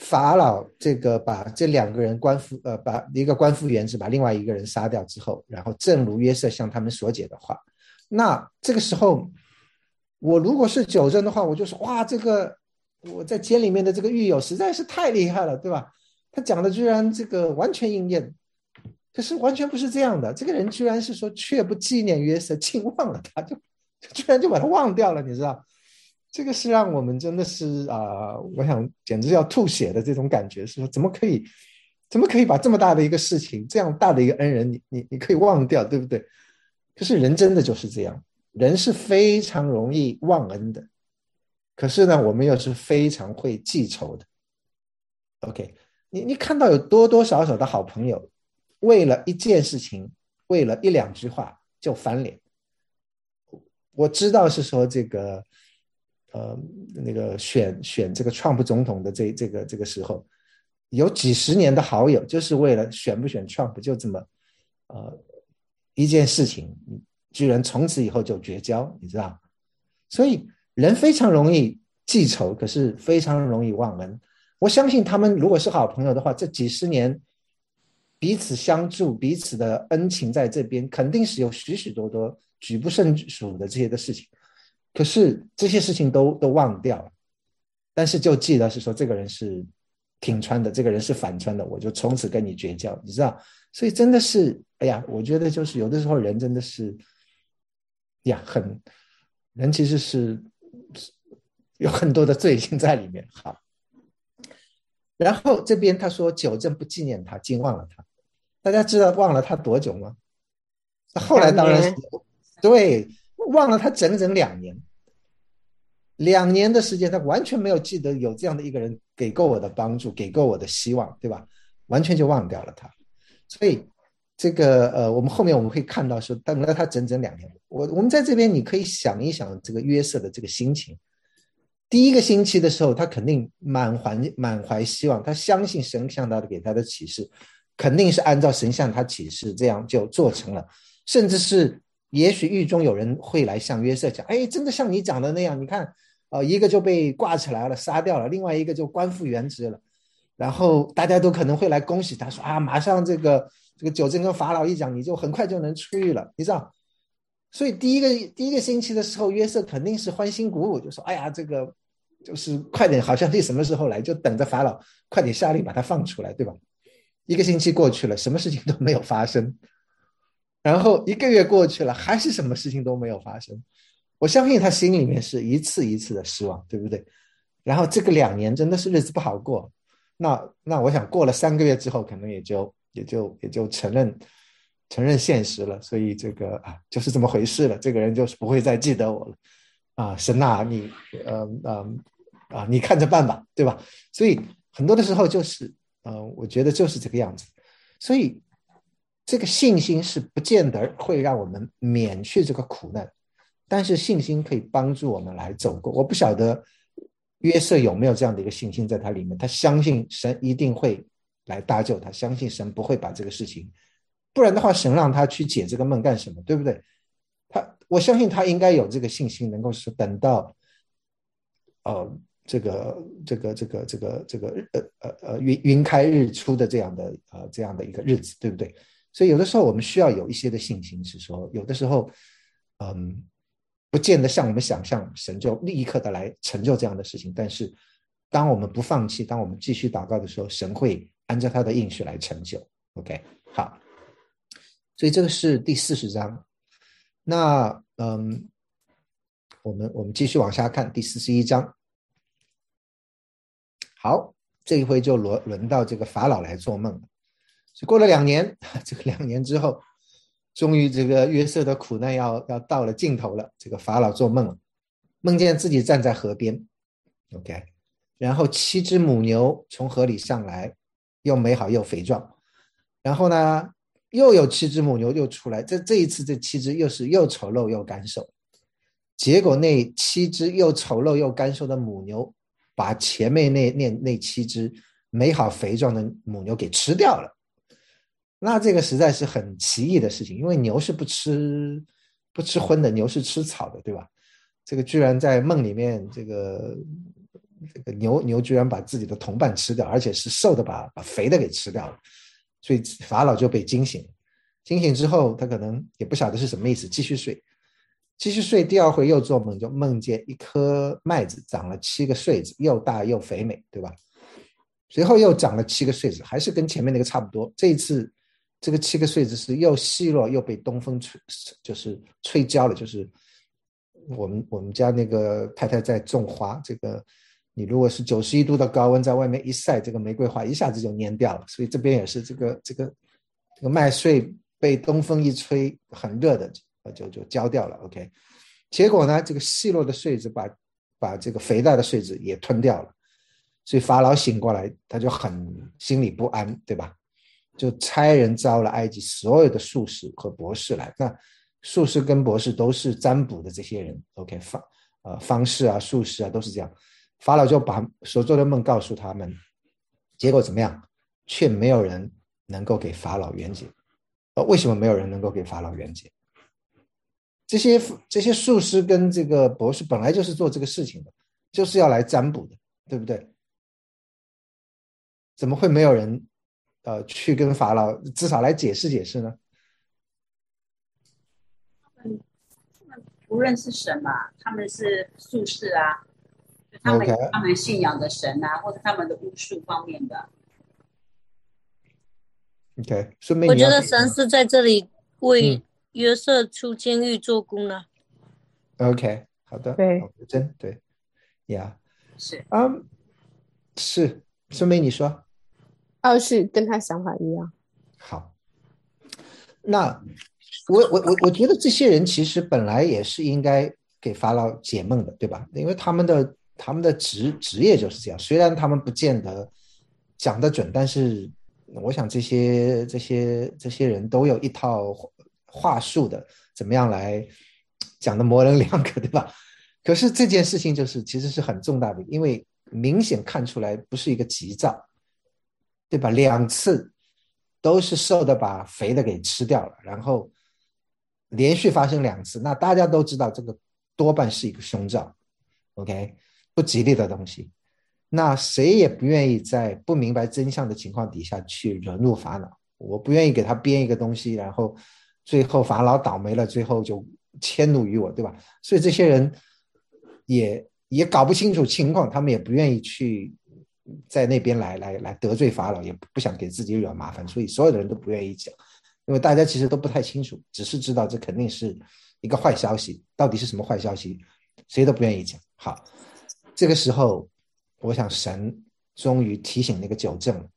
Speaker 1: 法老这个把这两个人把一个官复原职，把另外一个人杀掉之后，然后正如约瑟向他们所解的话，那这个时候我如果是九正的话，我就说哇，这个我在监里面的这个狱友实在是太厉害了，对吧？他讲的居然这个完全应验，可是完全不是这样的。这个人居然是说却不纪念约瑟，竟忘了他，居然就把他忘掉了，你知道？这个是让我们真的是我想简直要吐血的这种感觉，是说怎么可以把这么大的一个事情，这样大的一个恩人，你可以忘掉，对不对？可是人真的就是这样，人是非常容易忘恩的，可是呢，我们又是非常会记仇的。OK， 你看到有多多少少的好朋友，为了一件事情，为了一两句话就翻脸。我知道是说这个。那个选这个川普总统的这个时候，有几十年的好友，就是为了选不选川普，就这么一件事情，居然从此以后就绝交，你知道？所以人非常容易记仇，可是非常容易忘恩。我相信他们如果是好朋友的话，这几十年彼此相助，彼此的恩情在这边，肯定是有许许多多举不胜数的这些的事情。可是这些事情都忘掉了，但是就记得是说这个人是挺川的，这个人是反川的，我就从此跟你绝交，你知道？所以真的是，哎呀，我觉得就是有的时候人真的是，呀，人其实是有很多的罪行在里面。好，然后这边他说九正不纪念他，竟忘了他，大家知道忘了他多久吗？后来当然是对。忘了他整整2年，2年的时间，他完全没有记得有这样的一个人给过我的帮助，给过我的希望，对吧？完全就忘掉了他。所以这个我们后面我们会看到说，等了他整整2年。我们在这边你可以想一想这个约瑟的这个心情。第一个星期的时候，他肯定满怀希望，他相信神向他给他的启示，肯定是按照神向他启示这样就做成了，甚至是。也许狱中有人会来向约瑟讲，哎，真的像你讲的那样，你看，一个就被挂起来了，杀掉了，另外一个就官复原职了，然后大家都可能会来恭喜他说啊，马上这个九正跟法老一讲，你就很快就能出狱了，你知道？所以第一个星期的时候，约瑟肯定是欢欣鼓舞，就说，哎呀，这个就是快点，好像你什么时候来，就等着法老快点下令把他放出来，对吧？1个星期过去了，什么事情都没有发生。然后1个月过去了，还是什么事情都没有发生。我相信他心里面是一次一次的失望，对不对？然后这个2年真的是日子不好过。那我想过了3个月之后，可能也就承认现实了。所以这个就是这么回事了。这个人就是不会再记得我了啊！神啊，你你看着办吧，对吧？所以很多的时候就是我觉得就是这个样子。所以。这个信心是不见得会让我们免去这个苦难，但是信心可以帮助我们来走过。我不晓得约瑟有没有这样的一个信心在他里面，他相信神一定会来搭救他，相信神不会把这个事情，不然的话神让他去解这个梦干什么，对不对？我相信他应该有这个信心，能够是等到这个云开日出的这样的一个日子，对不对？所以有的时候我们需要有一些的信心，是说有的时候不见得像我们想象神就立刻的来成就这样的事情，但是当我们不放弃，当我们继续祷告的时候，神会按照他的应许来成就。 OK， 好，所以这个是第40章。那我们继续往下看第41章。好，这一回就轮到这个法老来做梦了。过了2年，这个2年之后，终于这个约瑟的苦难要到了尽头了。这个法老做梦了，梦见自己站在河边 ，OK， 然后7只母牛从河里上来，又美好又肥壮。然后呢，又有7只母牛又出来，这一次这7只又丑陋又干瘦。结果那7只又丑陋又干瘦的母牛，把前面那7只美好肥壮的母牛给吃掉了。那这个实在是很奇异的事情，因为牛是不吃荤的，牛是吃草的，对吧？这个居然在梦里面，这个这个牛居然把自己的同伴吃掉，而且是瘦的把肥的给吃掉了，所以法老就被惊醒了。惊醒之后，他可能也不晓得是什么意思，继续睡。第二回又做梦，就梦见一颗麦子长了7个穗子，又大又肥美，对吧？随后又长了7个穗子，还是跟前面那个差不多。这一次这个7个穗子是又细弱又被东风就是吹焦了，就是我们家那个太太在种花，这个你如果是91度的高温在外面一晒，这个玫瑰花一下子就蔫掉了。所以这边也是这个麦穗被东风一吹，很热的就焦掉了。 OK， 结果呢，这个细弱的穗子把这个肥大的穗子也吞掉了。所以法老醒过来，他就很心里不安，对吧？就差人招了埃及所有的术士和博士来。那术士跟博士都是占卜的这些人 ，OK， 方士啊、术士啊都是这样。法老就把所做的梦告诉他们，结果怎么样？却没有人能够给法老圆解。为什么没有人能够给法老圆解？这些术士跟这个博士本来就是做这个事情的，就是要来占卜的，对不对？怎么会没有人去跟法老至少来解释解释呢？
Speaker 5: 他们不认识神嘛，他们是术士啊，他们有他们信仰的神啊，或者他们的巫术方面的。
Speaker 1: OK，
Speaker 6: 我觉得神是在这里为约瑟出监狱做工了。
Speaker 1: OK， 好的，
Speaker 3: 对，
Speaker 1: 真对呀，
Speaker 5: 是
Speaker 1: 是，顺美你说。
Speaker 3: 是跟他想法一样。
Speaker 1: 好，那我觉得这些人其实本来也是应该给法老解梦的，对吧？因为他们的职业就是这样，虽然他们不见得讲得准，但是我想这些人都有一套话术的，怎么样来讲的模棱两可，对吧？可是这件事情其实是很重大的，因为明显看出来不是一个吉兆，对吧？2次都是瘦的把肥的给吃掉了，然后连续发生2次，那大家都知道这个多半是一个凶兆 ，OK， 不吉利的东西。那谁也不愿意在不明白真相的情况底下去惹怒法老，我不愿意给他编一个东西，然后最后法老倒霉了，最后就迁怒于我，对吧？所以这些人也搞不清楚情况，他们也不愿意去在那边来得罪法老，也不想给自己惹麻烦，所以所有的人都不愿意讲，因为大家其实都不太清楚，只是知道这肯定是一个坏消息，到底是什么坏消息，谁都不愿意讲。好，这个时候我想神终于提醒那个纠正了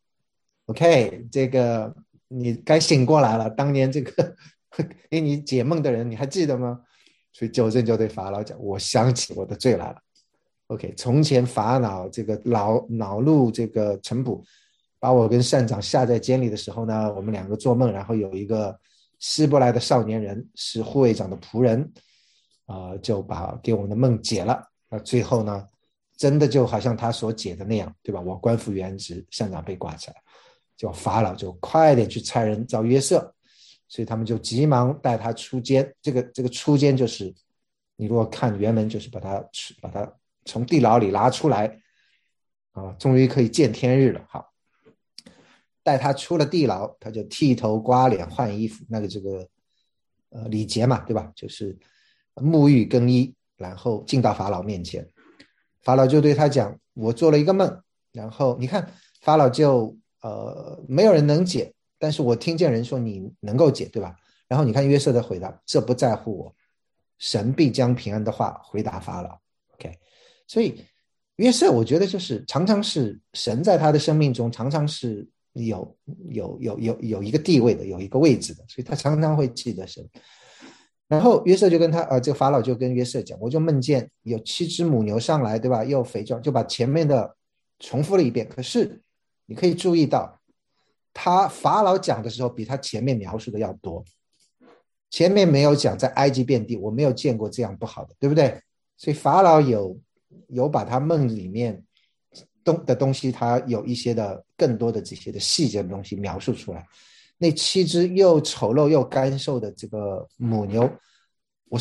Speaker 1: ，OK， 这个你该醒过来了，当年这个给你解梦的人你还记得吗？所以纠正就对法老讲，我想起我的罪来了。OK， 从前法老这个恼怒这个臣仆，把我跟善长下在监里的时候呢，我们2个做梦，然后有一个希伯来的少年人是护卫长的仆人，就给我们的梦解了。最后呢，真的就好像他所解的那样，对吧？我官复原职，善长被挂起来，就法老就快点去差人找约瑟，所以他们就急忙带他出监。这个出监就是你如果看原文，就是把他从地牢里拉出来，终于可以见天日了。好，带他出了地牢，他就剃头刮脸换衣服，那个这个礼节嘛，对吧？就是沐浴更衣，然后进到法老面前。法老就对他讲，我做了一个梦，然后你看法老就没有人能解，但是我听见人说你能够解，对吧？然后你看约瑟的回答，这不在乎我，神必将平安的话回答法老。 OK， 所以约瑟我觉得就是常常是神在他的生命中常常是有一个地位的，有一个位置的，所以他常常会记得神。然后约瑟就跟这个法老就跟约瑟讲，我就梦见有7只母牛上来，对吧？又肥壮，就把前面的重复了一遍。可是你可以注意到，法老讲的时候比他前面描述的要多。前面没有讲在埃及遍地，我没有见过这样不好的，对不对？所以法老有把他梦里面的东西，他有一些的更多的这些的细节的东西描述出来。那7只又丑陋又干瘦的这个母牛，我是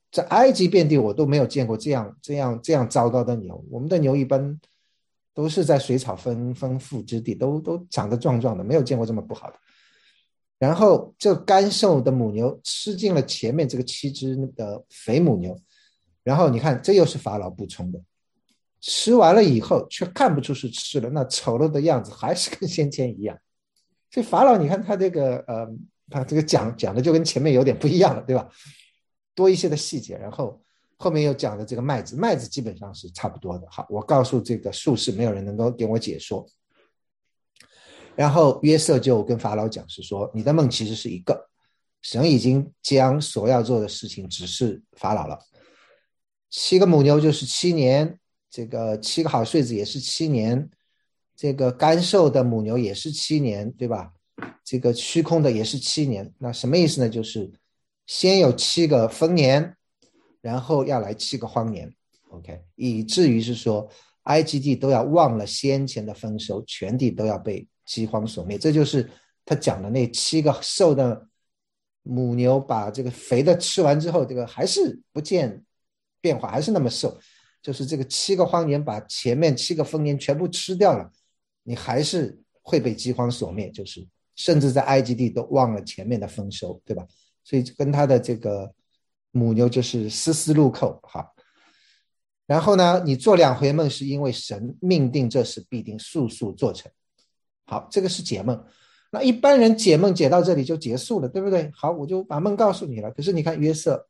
Speaker 1: 在埃及遍地我都没有见过这样糟糕的牛。我们的牛一般都是在水草丰富之地，都长得壮壮的，没有见过这么不好的。然后这干瘦的母牛吃进了前面这个7只的肥母牛，然后你看这又是法老补充的，吃完了以后却看不出是吃了，那丑陋的样子还是跟先前一样。所以法老你看他这个他这个讲的就跟前面有点不一样了，对吧？多一些的细节。然后后面又讲的这个麦子基本上是差不多的。好，我告诉这个术士，没有人能够给我解说。然后约瑟就跟法老讲，是说你的梦其实是一个，神已经将所要做的事情指示法老了。7个母牛就是7年，这个7个好穗子也是7年，这个干瘦的母牛也是7年，对吧？这个虚空的也是7年。那什么意思呢？就是先有7个丰年，然后要来7个荒年 OK， 以至于是说埃及地都要忘了先前的丰收，全地都要被饥荒所灭。这就是他讲的那7个瘦的母牛把这个肥的吃完之后，这个还是不见变化，还是那么瘦，就是这个7个荒年把前面7个丰年全部吃掉了，你还是会被饥荒所灭，就是甚至在埃及地都忘了前面的丰收，对吧？所以跟他的这个母牛就是丝丝入扣。好，然后呢，你做2回梦是因为神命定这事必定速速做成。好，这个是解梦。那一般人解梦解到这里就结束了，对不对？好，我就把梦告诉你了。可是你看约瑟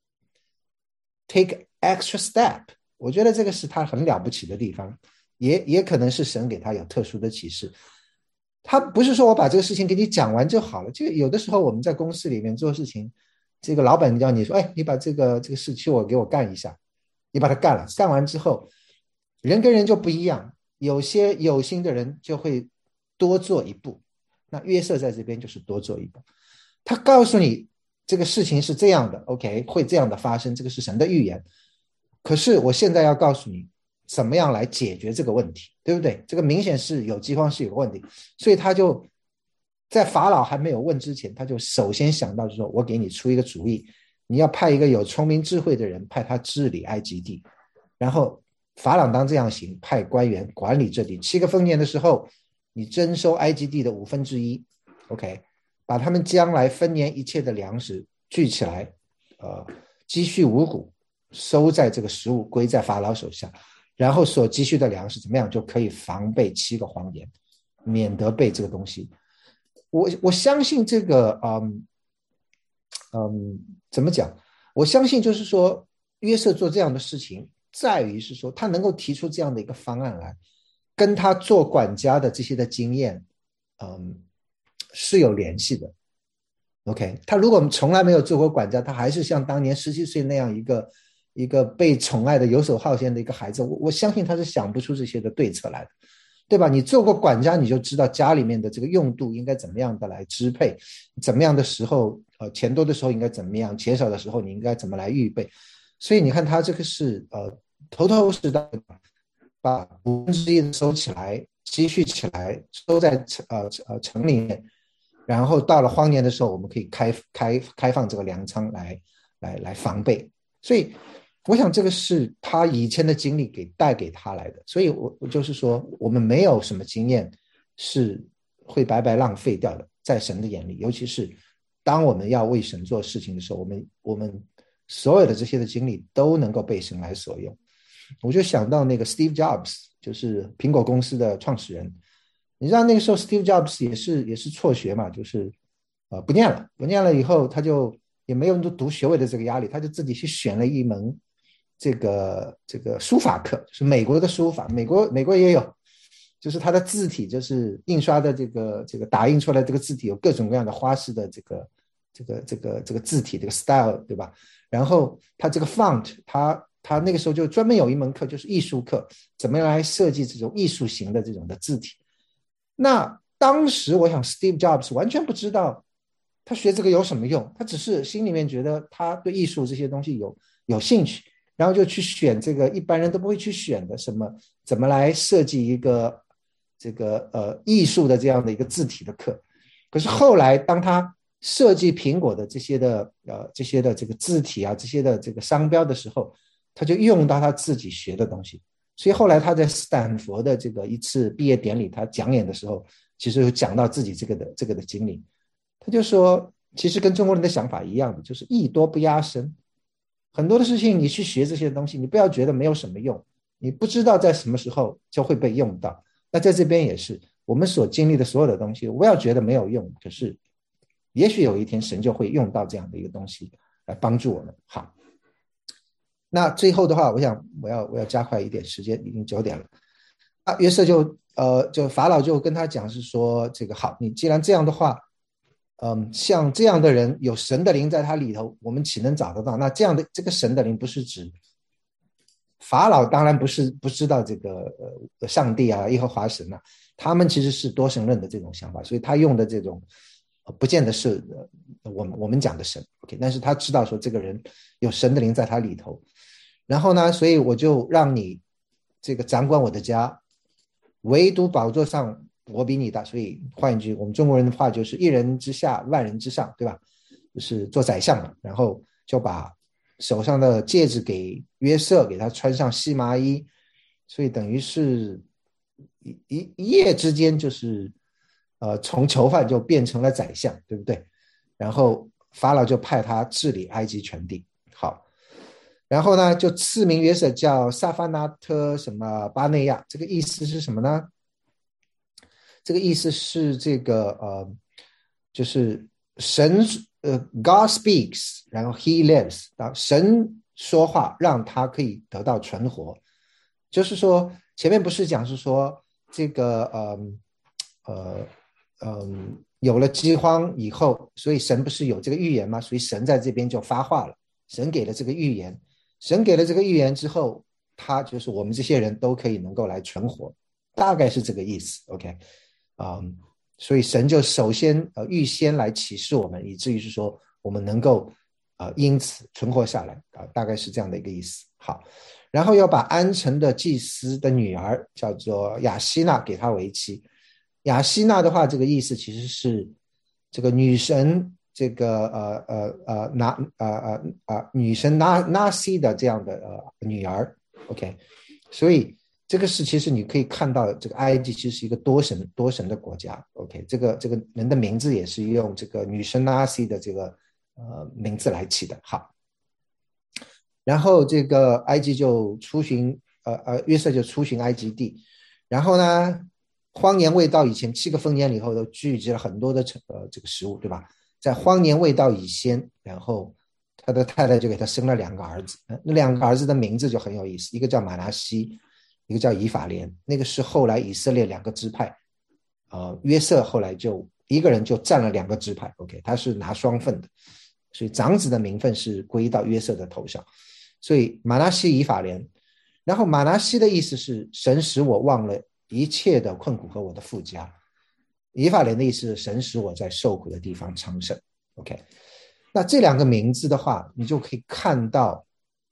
Speaker 1: take extra step， 我觉得这个是他很了不起的地方，也可能是神给他有特殊的启示。他不是说我把这个事情给你讲完就好了，就有的时候我们在公司里面做事情，这个老板叫你说，哎，你把这个事给我干一下，你把它干了，干完之后人跟人就不一样，有些有心的人就会多做一步。那约瑟在这边就是多做一步，他告诉你这个事情是这样的 OK， 会这样的发生，这个是神的预言。可是我现在要告诉你怎么样来解决这个问题，对不对？这个明显是有饥荒，是有问题。所以他就在法老还没有问之前，他就首先想到说，我给你出一个主意，你要派一个有聪明智慧的人，派他治理埃及地。然后法老当这样行，派官员管理这地。7个丰年的时候，你征收埃及地的1/5 OK， 把他们将来分年一切的粮食聚起来，积蓄五谷，收在这个食物归在法老手下，然后所积蓄的粮食怎么样就可以防备7个荒年，免得被这个东西。我相信这个怎么讲？我相信就是说约瑟做这样的事情，在于是说他能够提出这样的一个方案来，跟他做管家的这些的经验是有联系的。OK， 他如果从来没有做过管家，他还是像当年17岁那样一个被宠爱的游手好闲的一个孩子，我相信他是想不出这些的对策来的，对吧？你做过管家，你就知道家里面的这个用度应该怎么样的来支配，怎么样的时候钱多的时候应该怎么样，钱少的时候你应该怎么来预备。所以你看他这个是头头是道，把1/5收起来，积蓄起来，收在城里面，然后到了荒年的时候，我们可以开放这个粮仓来防备。所以我想这个是他以前的经历带给他来的。所以我就是说，我们没有什么经验是会白白浪费掉的，在神的眼里，尤其是当我们要为神做事情的时候，我们所有的这些的经历都能够被神来所用。我就想到那个 Steve Jobs， 就是苹果公司的创始人。你知道那个时候 Steve Jobs 也是辍学嘛，就是不念了以后，他就也没有读学位的这个压力，他就自己去选了一门这个书法课，就是美国的书法，美国也有，就是他的字体，就是印刷的这个打印出来这个字体有各种各样的花式的这个字体这个 style， 对吧？然后他这个 font， 他那个时候就专门有一门课，就是艺术课，怎么样来设计这种艺术型的这种的字体。那当时我想 Steve Jobs 完全不知道他学这个有什么用，他只是心里面觉得他对艺术这些东西有兴趣，然后就去选这个一般人都不会去选的，怎么来设计一个艺术的这样的一个字体的课。可是后来当他设计苹果的这些的这个字体啊，这些的这个商标的时候，他就用到他自己学的东西。所以后来他在斯坦福的这个一次毕业典礼，他讲演的时候，其实有讲到自己这个的经历。他就说，其实跟中国人的想法一样的，就是艺多不压身。很多的事情你去学这些东西，你不要觉得没有什么用，你不知道在什么时候就会被用到。那在这边也是，我们所经历的所有的东西，不要觉得没有用，可是也许有一天神就会用到这样的一个东西来帮助我们。好，那最后的话，我要加快一点时间，已经9点了。约瑟就法老就跟他讲是说，这个好，你既然这样的话，像这样的人有神的灵在他里头，我们岂能找得到？那这样的这个神的灵不是指法老，当然不知道这个上帝啊，耶和华神啊，他们其实是多神论的这种想法，所以他用的这种不见得是我们讲的神 ，OK， 但是他知道说这个人有神的灵在他里头，然后呢，所以我就让你这个掌管我的家，唯独宝座上我比你大。所以换一句我们中国人的话就是一人之下万人之上，对吧？就是做宰相嘛，然后就把手上的戒指给约瑟，给他穿上细麻衣，所以等于是一夜之间就是从囚犯就变成了宰相，对不对？然后法老就派他治理埃及全地。好，然后呢就赐名约瑟叫撒法纳特什么巴内亚，这个意思是什么呢？这个意思是这个就是神God speaks， 然后 He lives， 神说话让他可以得到存活。就是说前面不是讲是说这个有了饥荒以后，所以神不是有这个预言吗？所以神在这边就发话了，神给了这个预言，神给了这个预言之后，他就是我们这些人都可以能够来存活，大概是这个意思。 OK，所以神就首先预先来启示我们，以至于是说我们能够因此存活下来大概是这样的一个意思。好，然后要把安城的祭司的女儿叫做雅西娜给他为妻。雅西娜的话，这个意思其实是这个女神这个女神纳西的这样的女儿。 OK， 所以这个是其实你可以看到这个埃及其实是一个多神的国家。 OK， 这个人的名字也是用这个女神纳西的这个名字来起的。好，然后这个埃及就出巡约瑟就出巡埃及地，然后呢荒年未到以前，7个丰年以后都聚集了很多的这个食物，对吧？在荒年未到以先，然后他的太太就给他生了2个儿子，那2个儿子的名字就很有意思，一个叫马拿西，一个叫以法莲。那个是后来以色列2个支派，约瑟后来就一个人就占了2个支派。 OK， 他是拿双份的，所以长子的名分是归到约瑟的头上，所以马拿西以法莲。然后马拿西的意思是神使我忘了一切的困苦和我的富家，以法莲的意思是神使我在受苦的地方昌盛。 OK， 那这2个名字的话，你就可以看到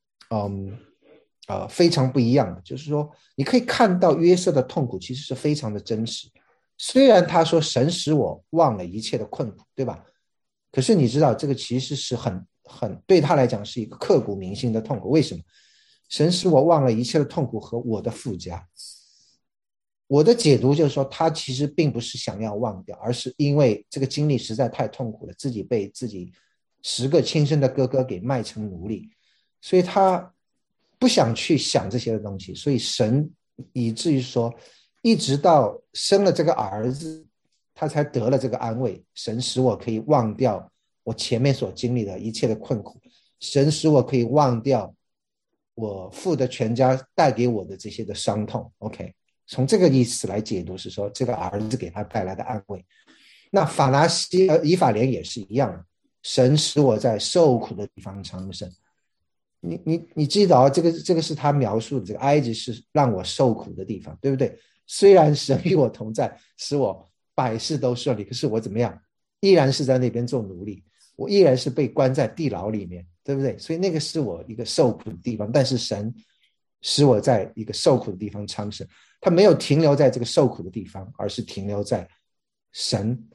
Speaker 1: 非常不一样的，就是说你可以看到约瑟的痛苦其实是非常的真实。虽然他说神使我忘了一切的困苦，对吧？可是你知道这个其实是很对他来讲是一个刻骨铭心的痛苦。为什么？神使我忘了一切的痛苦和我的富家。我的解读就是说他其实并不是想要忘掉，而是因为这个经历实在太痛苦了，自己被自己10个亲生的哥哥给卖成奴隶，所以他不想去想这些的东西。所以神以至于说一直到生了这个儿子，他才得了这个安慰。神使我可以忘掉我前面所经历的一切的困苦，神使我可以忘掉我父的全家带给我的这些的伤痛。 OK，从这个意思来解读是说这个儿子给他带来的安慰。那法拿西以法莲也是一样的，神使我在受苦的地方昌盛。你记得这个是他描述的，这个埃及是让我受苦的地方，对不对？虽然神与我同在，使我百事都顺利，可是我怎么样？依然是在那边做奴隶，我依然是被关在地牢里面，对不对？所以那个是我一个受苦的地方，但是神使我在一个受苦的地方昌盛。他没有停留在这个受苦的地方，而是停留在神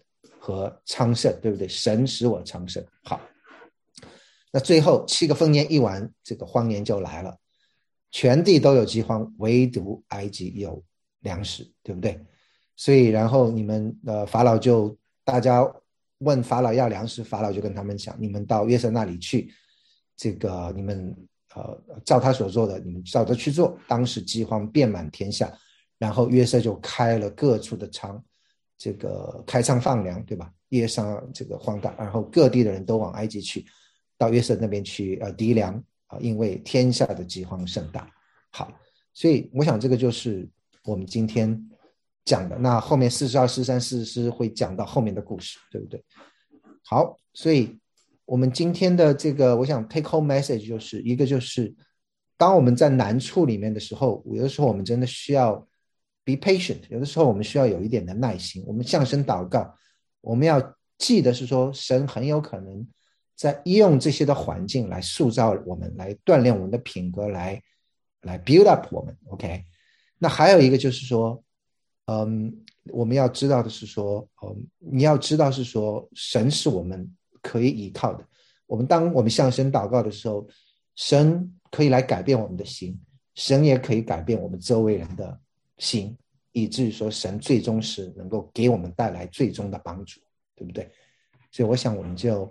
Speaker 1: 和昌盛，对不对？神使我昌盛。好，那最后7个丰年一完，这个荒年就来了，全地都有饥荒，唯独埃及有粮食，对不对？所以然后你们法老就大家问法老要粮食，法老就跟他们讲，你们到约瑟那里去，这个你们照他所做的，你们照着去做。当时饥荒遍满天下，然后约瑟就开了各处的仓，这个开仓放粮，对吧？约上这个荒大，然后各地的人都往埃及去，到约瑟那边去籴粮因为天下的饥荒甚大。好，所以我想这个就是我们今天讲的。那后面42、43、44会讲到后面的故事，对不对？好，所以我们今天的这个我想 take home message 就是一个，就是当我们在难处里面的时候，有的时候我们真的需要 be patient， 有的时候我们需要有一点的耐心，我们向神祷告，我们要记得是说神很有可能在用这些的环境来塑造我们，来锻炼我们的品格，来 build up 我们 OK。 那还有一个就是说我们要知道的是说你要知道是说神是我们可以依靠的。当我们向神祷告的时候，神可以来改变我们的心，神也可以改变我们周围人的心，以至于说神最终是能够给我们带来最终的帮助，对不对？所以我想我们就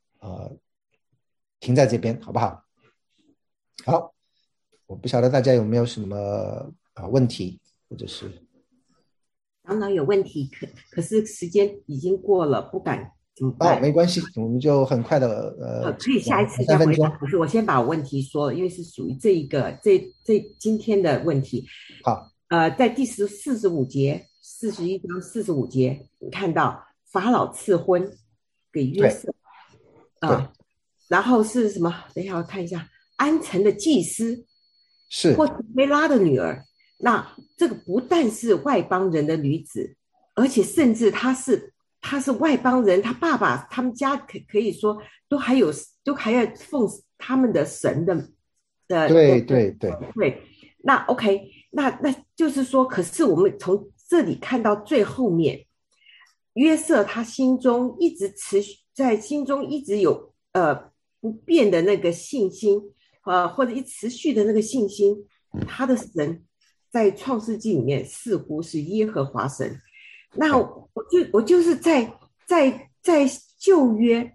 Speaker 1: 停在这边好不好？好，我不晓得大家有没有什么问题，或者是
Speaker 4: 长老有问题，可是时间已经过了，不敢怎么办？
Speaker 1: 没关系，我们就很快的
Speaker 4: 可以下一次再回答。可是我先把问题说了，因为是属于这今天的问题。
Speaker 1: 好，
Speaker 4: 在第45节、41章45节，你看到法老赐婚给约瑟然后是什么？等一下我看一下，安城的祭司
Speaker 1: 是
Speaker 4: 或菲拉的女儿。那这个不但是外邦人的女子，而且甚至她是外邦人，她爸爸他们家可以说都还要奉他们的神的
Speaker 1: 对。
Speaker 4: 那 OK， 那就是说，可是我们从这里看到最后面，约瑟他心中一直有不变的那个信心或者持续的那个信心，他的神在创世纪里面似乎是耶和华神。那我就是在旧约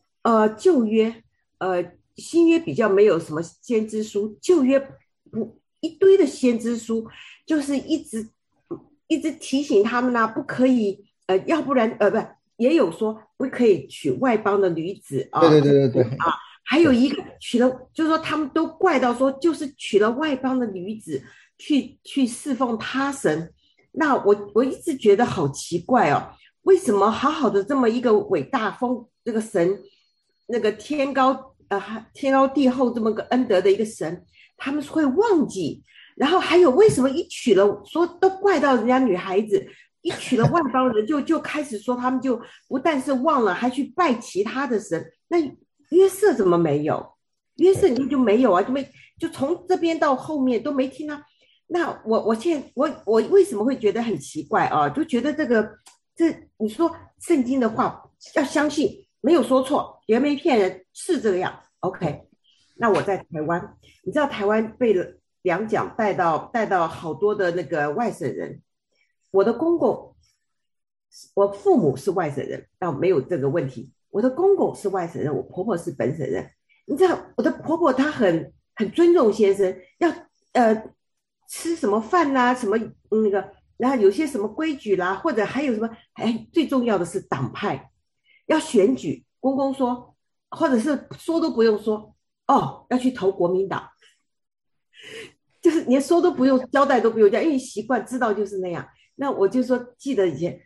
Speaker 4: 新约比较没有什么先知书，旧约一堆的先知书，就是一直提醒他们不可以要不然也有说不可以娶外邦的女子
Speaker 1: 对
Speaker 4: 还有一个娶了，就是说他们都怪到说，就是娶了外邦的女子去侍奉他神。那我一直觉得好奇怪为什么好好的这么一个伟大这个神，那个天高地厚这么个恩德的一个神，他们会忘记。然后还有为什么一娶了，说都怪到人家女孩子一娶了外邦人就开始说他们就不但是忘了，还去拜其他的神。那约瑟怎么没有？约瑟你就没有就从这边到后面都没听他。那我现在我为什么会觉得很奇怪就觉得你说圣经的话要相信，没有说错，也没骗人，是这个样。OK， 那我在台湾，你知道台湾被两蒋带到好多的那个外省人。我的公公，我父母是外省人，那没有这个问题。我的公公是外省人，我婆婆是本省人。你知道我的婆婆她很尊重先生，要吃什么饭啦，什么那个，然后有些什么规矩啦，或者还有什么，最重要的是党派要选举。公公说，或者是说都不用说要去投国民党，就是连说都不用，交代都不用交，因为习惯知道就是那样。那我就说记得以前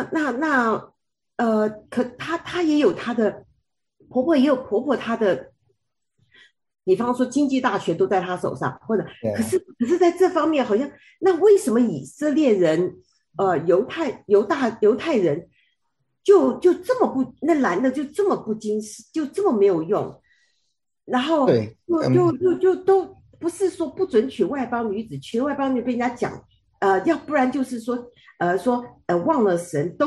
Speaker 4: 可她也有她的婆婆，也有婆婆她的，比方说经济大权都在她手上，或者可是在这方面好像，那为什么以色列人犹太人就这么不，那男的就这么不经事，就这么没有用，然后就都不是说不准娶外邦女子，娶外邦女被人家讲要不然就是说忘了神，都是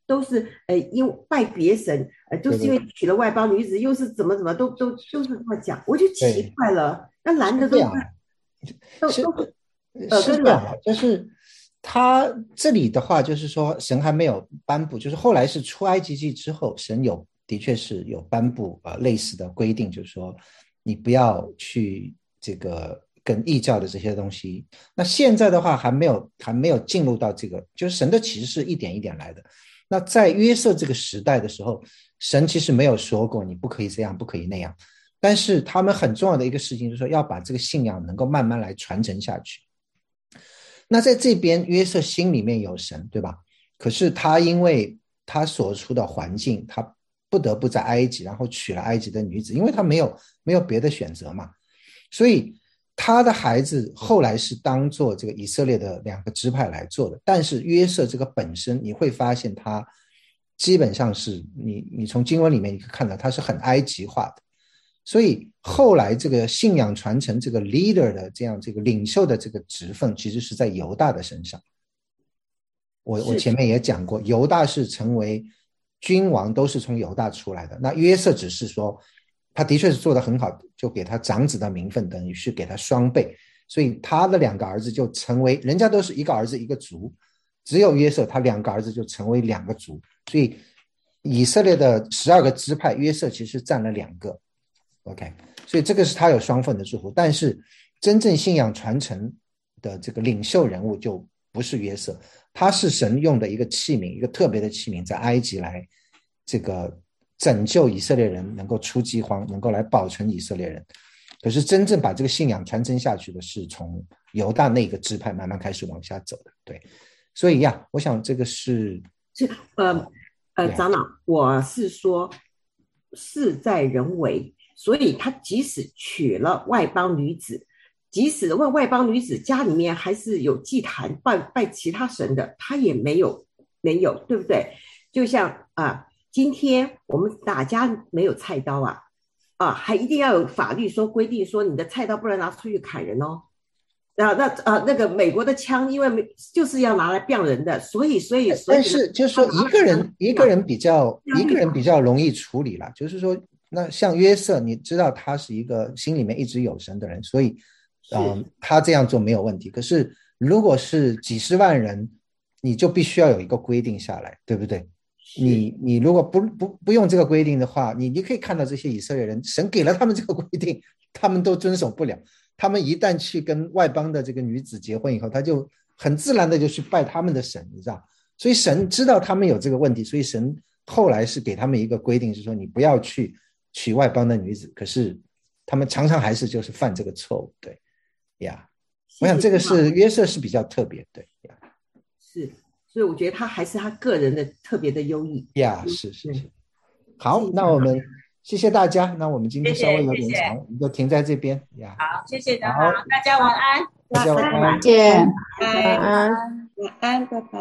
Speaker 4: 都是因为拜别神，就是因为娶了外邦女子，又是怎么都就是这么讲，我就奇怪了，那男的都
Speaker 1: 是这样的，就是他这里的话，就是说神还没有颁布，就是后来是出埃及记之后，神的确是有颁布类似的规定，就是说你不要去这个跟异教的这些东西。那现在的话还没有进入到这个，就是神的启示是一点一点来的。那在约瑟这个时代的时候，神其实没有说过你不可以这样不可以那样，但是他们很重要的一个事情就是说要把这个信仰能够慢慢来传承下去。那在这边约瑟心里面有神，对吧？可是他因为他所处的环境，他不得不在埃及，然后娶了埃及的女子，因为他没有别的选择嘛。所以他的孩子后来是当做这个以色列的2个支派来做的，但是约瑟这个本身你会发现他基本上是你从经文里面你可以看到他是很埃及化的。所以后来这个信仰传承这个 leader 的这个领袖的这个职分其实是在犹大的身上。我前面也讲过，犹大是成为君王都是从犹大出来的，那约瑟只是说他的确是做得很好，就给他长子的名分，等于是给他双倍，所以他的2个儿子就成为，人家都是1个儿子1个族，只有约瑟他2个儿子就成为2个族，所以以色列的12个支派约瑟其实占了2个。OK， 所以这个是他有双份的祝福，但是真正信仰传承的这个领袖人物就不是约瑟，他是神用的一个器皿，一个特别的器皿，在埃及来这个拯救以色列人，能够出饥荒，能够来保存以色列人。可是真正把这个信仰传承下去的是从犹大那个支派慢慢开始往下走的。对，所以呀，我想这个是
Speaker 4: 长老，我是说事在人为。所以他即使娶了外邦女子，即使外邦女子家里面还是有祭坛拜其他神的，他也没有，对不对？就像今天我们打架没有菜刀还一定要有法律规定说你的菜刀不能拿出去砍人哦。那个美国的枪因为就是要拿来毙人的，所以
Speaker 1: 但是就是说一个人比较容易处理了，就是说那像约瑟，你知道他是一个心里面一直有神的人，所以他这样做没有问题。可是如果是几十万人，你就必须要有一个规定下来，对不对？你如果不用这个规定的话，你可以看到这些以色列人，神给了他们这个规定，他们都遵守不了。他们一旦去跟外邦的这个女子结婚以后，他就很自然的就去拜他们的神，你知道？所以神知道他们有这个问题，所以神后来是给他们一个规定，是说你不要去娶外邦的女子，可是他们常常还是就是犯这个错误。对呀，我想这个是约瑟是比较特别。对呀，
Speaker 4: 是，所以我觉得他还是他个人的特别的优异
Speaker 1: 呀。是好，那我们谢谢大家，那我们今天稍微有点长，我们就停在这边呀。
Speaker 5: 好，谢谢长老，大家晚安，
Speaker 1: 大家晚安，
Speaker 3: 谢谢，
Speaker 2: 晚安，拜拜。